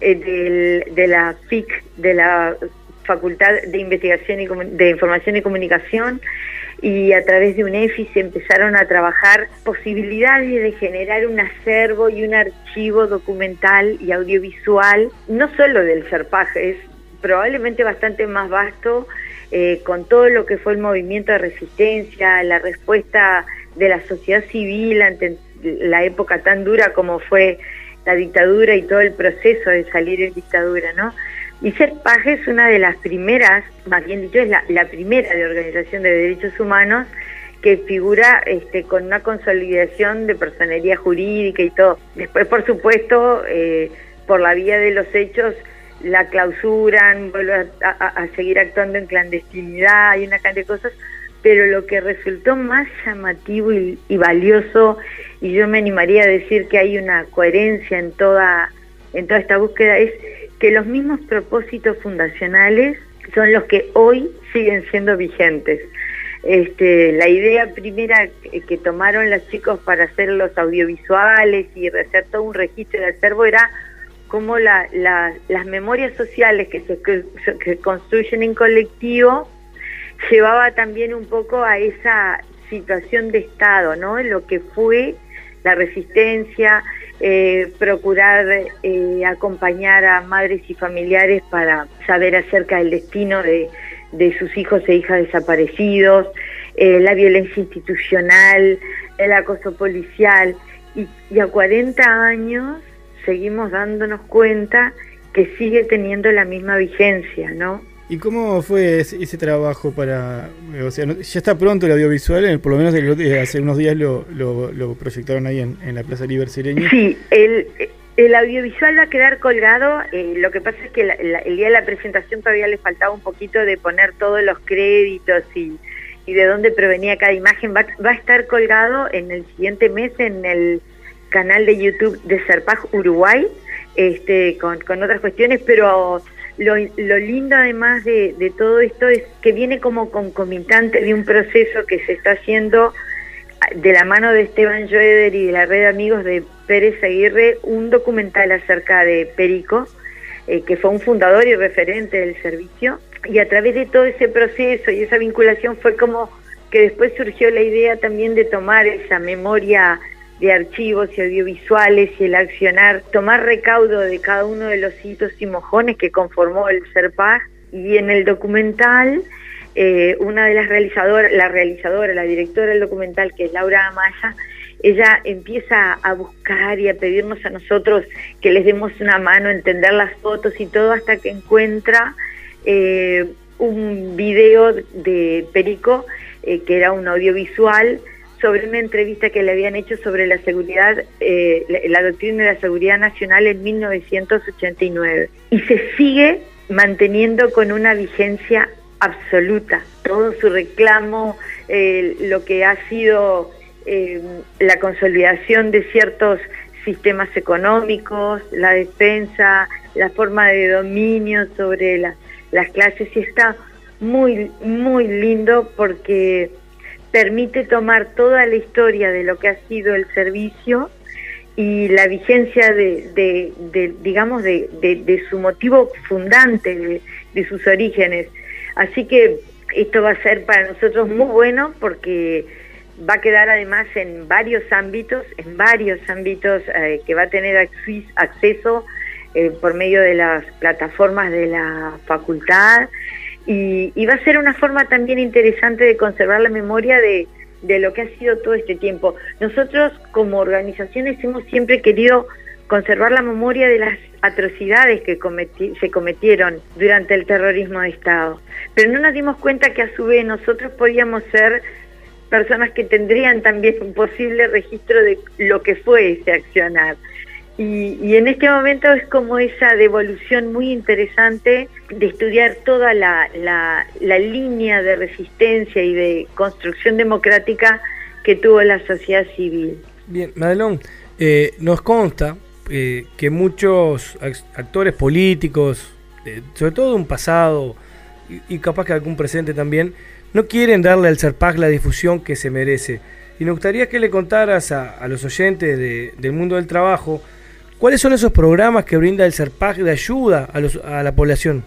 de la FIC, de la Facultad de Investigación de Información y Comunicación, y a través de UNEFI se empezaron a trabajar posibilidades de generar un acervo y un archivo documental y audiovisual, no solo del Serpaj, es probablemente bastante más vasto, con todo lo que fue el movimiento de resistencia, la respuesta de la sociedad civil ante la época tan dura como fue la dictadura y todo el proceso de salir en dictadura, ¿no? Y Serpaj es una de las primeras, más bien dicho, es la primera de organización de derechos humanos que figura con una consolidación de personería jurídica y todo. Después, por supuesto, por la vía de los hechos, la clausuran, vuelve a seguir actuando en clandestinidad, hay una cantidad de cosas, pero lo que resultó más llamativo y valioso, y yo me animaría a decir que hay una coherencia en toda esta búsqueda, es que los mismos propósitos fundacionales son los que hoy siguen siendo vigentes. La idea primera que tomaron los chicos para hacer los audiovisuales y hacer todo un registro de acervo era cómo las memorias sociales que se construyen en colectivo llevaba también un poco a esa situación de Estado, ¿no? Lo que fue la resistencia, procurar acompañar a madres y familiares para saber acerca del destino de sus hijos e hijas desaparecidos, la violencia institucional, el acoso policial, y a 40 años seguimos dándonos cuenta que sigue teniendo la misma vigencia, ¿no? ¿Y cómo fue ese trabajo para...? O sea, ya está pronto el audiovisual, por lo menos hace unos días lo proyectaron ahí en la Plaza Liber Sereño. Sí, el audiovisual va a quedar colgado, lo que pasa es que el día de la presentación todavía le faltaba un poquito de poner todos los créditos y de dónde provenía cada imagen. Va a estar colgado en el siguiente mes en el canal de YouTube de Serpaj Uruguay, con otras cuestiones, pero lo lindo además de todo esto es que viene como concomitante de un proceso que se está haciendo de la mano de Esteban Joeder y de la red de amigos de Pérez Aguirre, un documental acerca de Perico, que fue un fundador y referente del servicio, y a través de todo ese proceso y esa vinculación fue como que después surgió la idea también de tomar esa memoria de archivos y audiovisuales y el accionar, tomar recaudo de cada uno de los hitos y mojones que conformó el Serpaj, y en el documental una de las realizadoras, la directora del documental, que es Laura Amaya, ella empieza a buscar y a pedirnos a nosotros que les demos una mano a entender las fotos y todo, hasta que encuentra un video de Perico, que era un audiovisual, sobre una entrevista que le habían hecho sobre la seguridad, la doctrina de la seguridad nacional en 1989. Y se sigue manteniendo con una vigencia absoluta. Todo su reclamo, lo que ha sido la consolidación de ciertos sistemas económicos, la defensa, la forma de dominio sobre las clases, y está muy, muy lindo porque permite tomar toda la historia de lo que ha sido el servicio y la vigencia de su motivo fundante, de sus orígenes. Así que esto va a ser para nosotros muy bueno porque va a quedar además en varios ámbitos que va a tener acceso por medio de las plataformas de la facultad. Y va a ser una forma también interesante de conservar la memoria de lo que ha sido todo este tiempo. Nosotros como organizaciones hemos siempre querido conservar la memoria de las atrocidades que se cometieron durante el terrorismo de Estado. Pero no nos dimos cuenta que a su vez nosotros podíamos ser personas que tendrían también un posible registro de lo que fue ese accionar. Y en este momento es como esa devolución muy interesante de estudiar toda la línea de resistencia y de construcción democrática que tuvo la sociedad civil. Bien, Madelón, nos consta que muchos actores políticos, sobre todo de un pasado y capaz que algún presente también, no quieren darle al CERPAC la difusión que se merece. Y nos gustaría que le contaras a los oyentes del mundo del trabajo ¿cuáles son esos programas que brinda el CERPAC de ayuda a la población?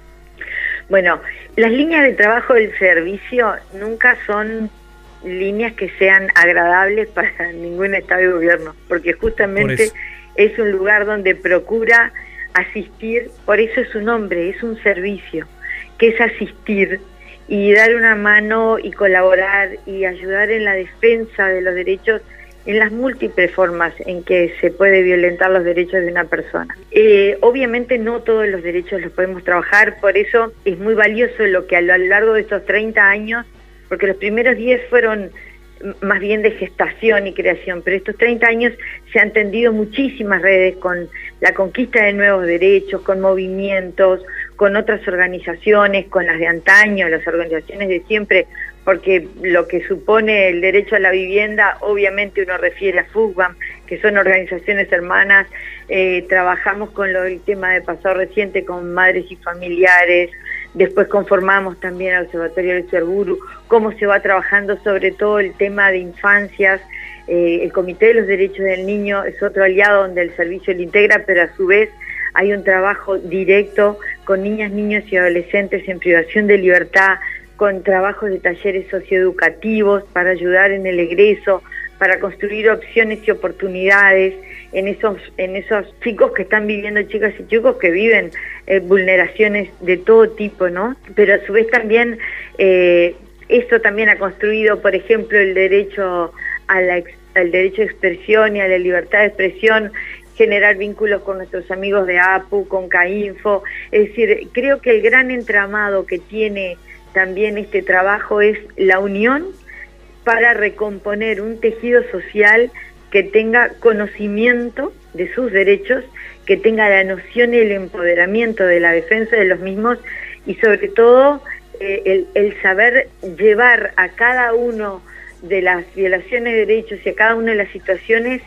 Bueno, las líneas de trabajo del servicio nunca son líneas que sean agradables para ningún estado de gobierno, porque justamente es un lugar donde procura asistir, por eso es su nombre, es un servicio, que es asistir y dar una mano y colaborar y ayudar en la defensa de los derechos en las múltiples formas en que se puede violentar los derechos de una persona. Obviamente no todos los derechos los podemos trabajar, por eso es muy valioso lo que a lo largo de estos 30 años, porque los primeros 10 fueron más bien de gestación y creación, pero estos 30 años se han tendido muchísimas redes con la conquista de nuevos derechos, con movimientos, con otras organizaciones, con las de antaño, las organizaciones de siempre, porque lo que supone el derecho a la vivienda, obviamente uno refiere a FUCBAM, que son organizaciones hermanas. Trabajamos con el tema de pasado reciente con madres y familiares, después conformamos también al Observatorio del Cerburu, cómo se va trabajando sobre todo el tema de infancias. El Comité de los Derechos del Niño es otro aliado donde el servicio lo integra, pero a su vez hay un trabajo directo con niñas, niños y adolescentes en privación de libertad, con trabajos de talleres socioeducativos para ayudar en el egreso, para construir opciones y oportunidades en esos chicos que están viviendo, chicas y chicos que viven vulneraciones de todo tipo, ¿no? Pero a su vez también esto también ha construido, por ejemplo, el derecho al derecho de expresión y a la libertad de expresión, generar vínculos con nuestros amigos de APU, con CAINFO. Es decir, creo que el gran entramado que tiene también este trabajo es la unión para recomponer un tejido social que tenga conocimiento de sus derechos, que tenga la noción y el empoderamiento de la defensa de los mismos y sobre todo el saber llevar a cada uno de las violaciones de derechos y a cada una de las situaciones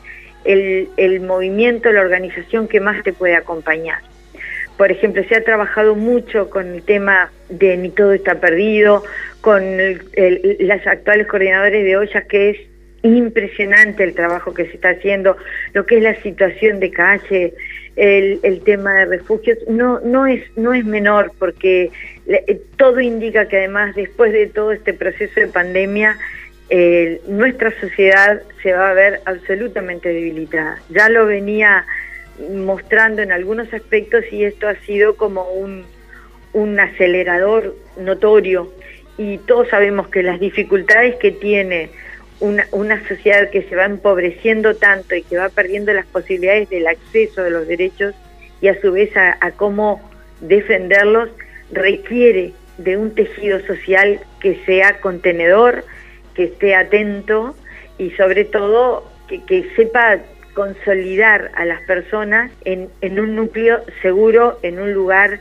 el movimiento, la organización que más te puede acompañar. Por ejemplo, se ha trabajado mucho con el tema de Ni Todo Está Perdido, con las actuales coordinadores de ollas, que es impresionante el trabajo que se está haciendo, lo que es la situación de calle, el tema de refugios, no es menor, porque todo indica que además después de todo este proceso de pandemia, nuestra sociedad se va a ver absolutamente debilitada. Ya lo venía mostrando en algunos aspectos y esto ha sido como un acelerador notorio, y todos sabemos que las dificultades que tiene una sociedad que se va empobreciendo tanto y que va perdiendo las posibilidades del acceso de los derechos y a su vez a cómo defenderlos, requiere de un tejido social que sea contenedor, que esté atento y sobre todo que sepa consolidar a las personas en un núcleo seguro, en un lugar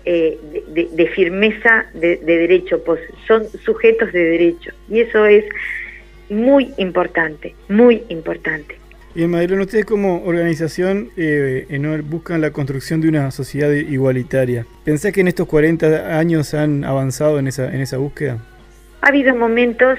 de firmeza de derecho, pues son sujetos de derecho y eso es muy importante, muy importante. Bien, Madelón, ustedes como organización buscan la construcción de una sociedad igualitaria. ¿Pensás que en estos 40 años han avanzado en esa búsqueda? Ha habido momentos,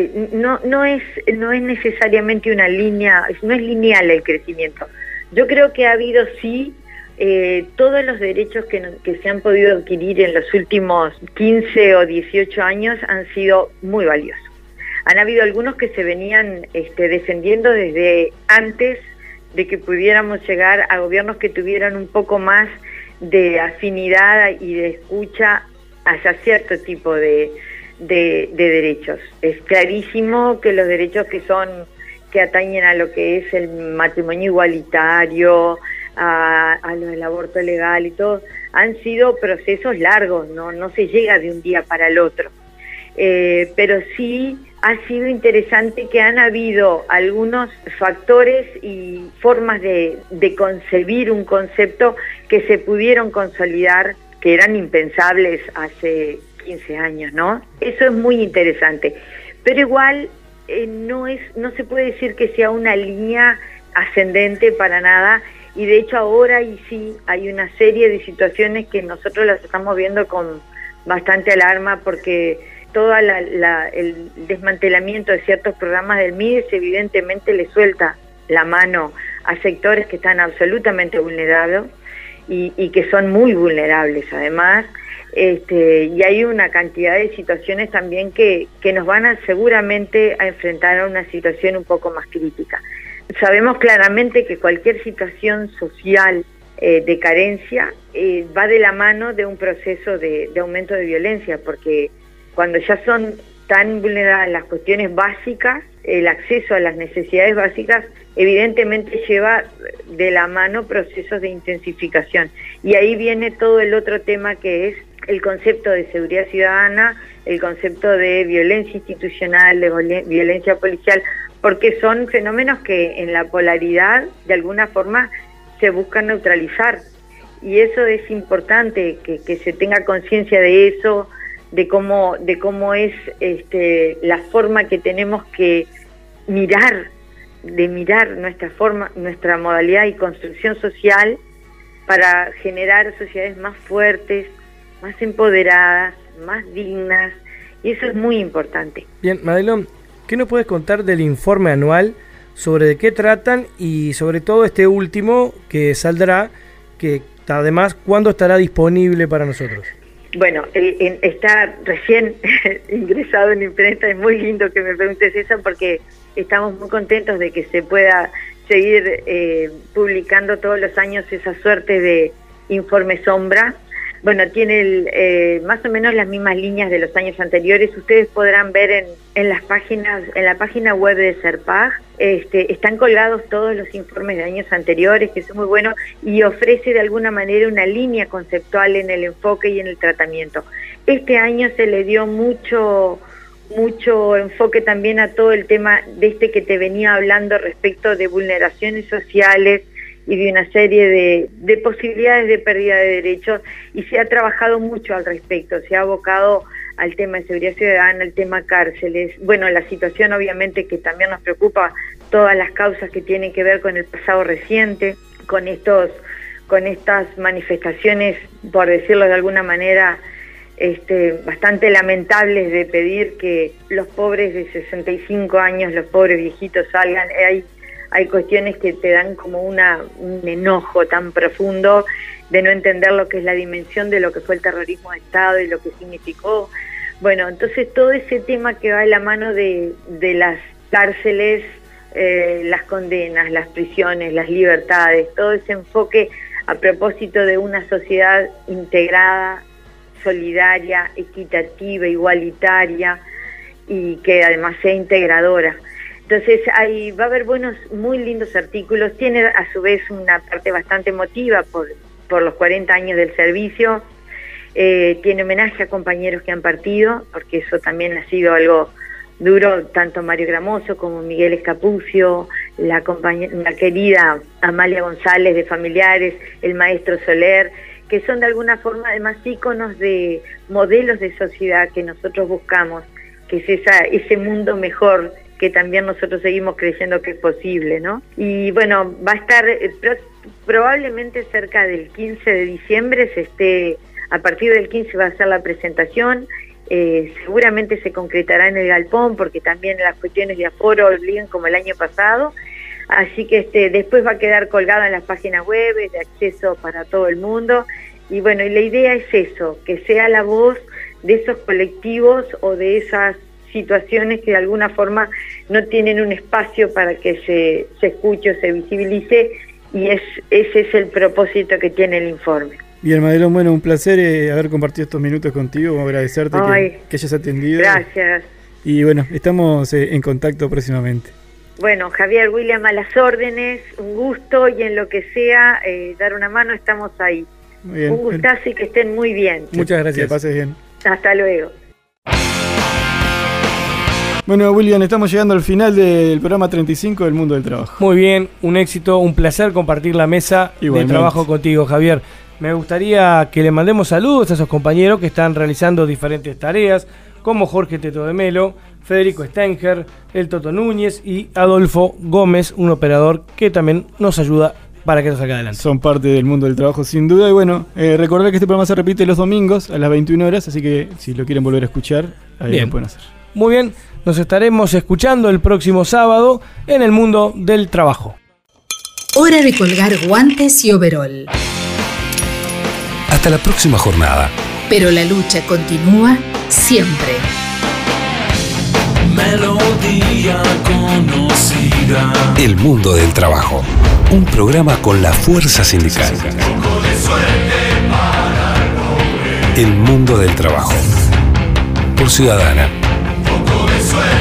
no es necesariamente una línea, no es lineal el crecimiento. Yo creo que ha habido sí todos los derechos que se han podido adquirir en los últimos 15 o 18 años han sido muy valiosos. Han habido algunos que se venían defendiendo desde antes de que pudiéramos llegar a gobiernos que tuvieran un poco más de afinidad y de escucha hacia cierto tipo de derechos. Es clarísimo que los derechos que atañen a lo que es el matrimonio igualitario, a lo del aborto legal y todo, han sido procesos largos, no se llega de un día para el otro. Pero sí ha sido interesante que han habido algunos factores y formas de concebir un concepto que se pudieron consolidar, que eran impensables hace 15 años, ¿no? Eso es muy interesante. Pero igual no se puede decir que sea una línea ascendente para nada, y de hecho ahora y sí hay una serie de situaciones que nosotros las estamos viendo con bastante alarma, porque todo el desmantelamiento de ciertos programas del MIDES evidentemente le suelta la mano a sectores que están absolutamente vulnerados y que son muy vulnerables además, y hay una cantidad de situaciones también que nos van seguramente a enfrentar a una situación un poco más crítica. Sabemos claramente que cualquier situación social de carencia va de la mano de un proceso de aumento de violencia, porque cuando ya son tan vulneradas las cuestiones básicas, el acceso a las necesidades básicas evidentemente lleva de la mano procesos de intensificación. Y ahí viene todo el otro tema que es el concepto de seguridad ciudadana, el concepto de violencia institucional, de violencia policial, porque son fenómenos que en la polaridad de alguna forma se buscan neutralizar. Y eso es importante, que se tenga conciencia de eso, de cómo es la forma que tenemos que mirar nuestra modalidad y construcción social para generar sociedades más fuertes, más empoderadas, más dignas, y eso es muy importante. Bien, Madelón, ¿qué nos puedes contar del informe anual sobre de qué tratan y sobre todo este último que saldrá, que además, ¿cuándo estará disponible para nosotros? Bueno, está recién ingresado en imprenta, es muy lindo que me preguntes eso porque estamos muy contentos de que se pueda seguir publicando todos los años esa suerte de informe sombra. Bueno, tiene más o menos las mismas líneas de los años anteriores. Ustedes podrán ver en las páginas, en la página web de Serpag, están colgados todos los informes de años anteriores, que es muy bueno, y ofrece de alguna manera una línea conceptual en el enfoque y en el tratamiento. Este año se le dio mucho enfoque también a todo el tema de que te venía hablando respecto de vulneraciones sociales y de una serie de posibilidades de pérdida de derechos, y se ha trabajado mucho al respecto, se ha abocado al tema de seguridad ciudadana, al tema cárceles, bueno, la situación obviamente que también nos preocupa, todas las causas que tienen que ver con el pasado reciente, con estas manifestaciones, por decirlo de alguna manera, bastante lamentables de pedir que los pobres de 65 años, los pobres viejitos salgan. Hay cuestiones que te dan como un enojo tan profundo de no entender lo que es la dimensión de lo que fue el terrorismo de Estado y lo que significó. Bueno, entonces todo ese tema que va de la mano de las cárceles, las condenas, las prisiones, las libertades, todo ese enfoque a propósito de una sociedad integrada, solidaria, equitativa, igualitaria y que además sea integradora. Entonces va a haber muy lindos artículos, tiene a su vez una parte bastante emotiva por los 40 años del servicio, tiene homenaje a compañeros que han partido, porque eso también ha sido algo duro, tanto Mario Gramoso como Miguel Escapucio, la querida Amalia González de Familiares, el maestro Soler, que son de alguna forma además íconos de modelos de sociedad que nosotros buscamos, que es ese mundo mejor que también nosotros seguimos creyendo que es posible, ¿no? Y bueno, va a estar probablemente cerca del 15 de diciembre, a partir del 15 va a ser la presentación, seguramente se concretará en el galpón, porque también las cuestiones de aforo obligan como el año pasado, así que después va a quedar colgado en las páginas web, de acceso para todo el mundo, y bueno, y la idea es eso, que sea la voz de esos colectivos o de esas situaciones que de alguna forma no tienen un espacio para que se escuche o se visibilice, y ese es el propósito que tiene el informe. Bien, Madelón, bueno, un placer haber compartido estos minutos contigo, agradecerte que hayas atendido. Gracias. Y bueno, estamos en contacto próximamente. Bueno, Javier, William, a las órdenes, un gusto, y en lo que sea, dar una mano, estamos ahí. Muy bien. Un gustazo y que estén muy bien. Muchas gracias. Que pases bien. Hasta luego. Bueno, William, estamos llegando al final del programa 35 del Mundo del Trabajo. Muy bien, un éxito, un placer compartir la mesa de trabajo contigo, Javier. Me gustaría que le mandemos saludos a esos compañeros que están realizando diferentes tareas, como Jorge Teto de Melo, Federico Stenger, el Toto Núñez y Adolfo Gómez, un operador que también nos ayuda para que esto salga adelante. Son parte del Mundo del Trabajo, sin duda. Y bueno, recordar que este programa se repite los domingos a las 21 horas, así que si lo quieren volver a escuchar, ahí lo pueden hacer. Muy bien, nos estaremos escuchando el próximo sábado en el Mundo del Trabajo. Hora de colgar guantes y overol. Hasta la próxima jornada. Pero la lucha continúa siempre. Melodía conocida. El Mundo del Trabajo. Un programa con la fuerza sindical. El Mundo del Trabajo. Por Ciudadana.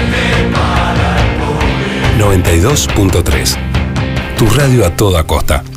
92.3. Tu radio a toda costa.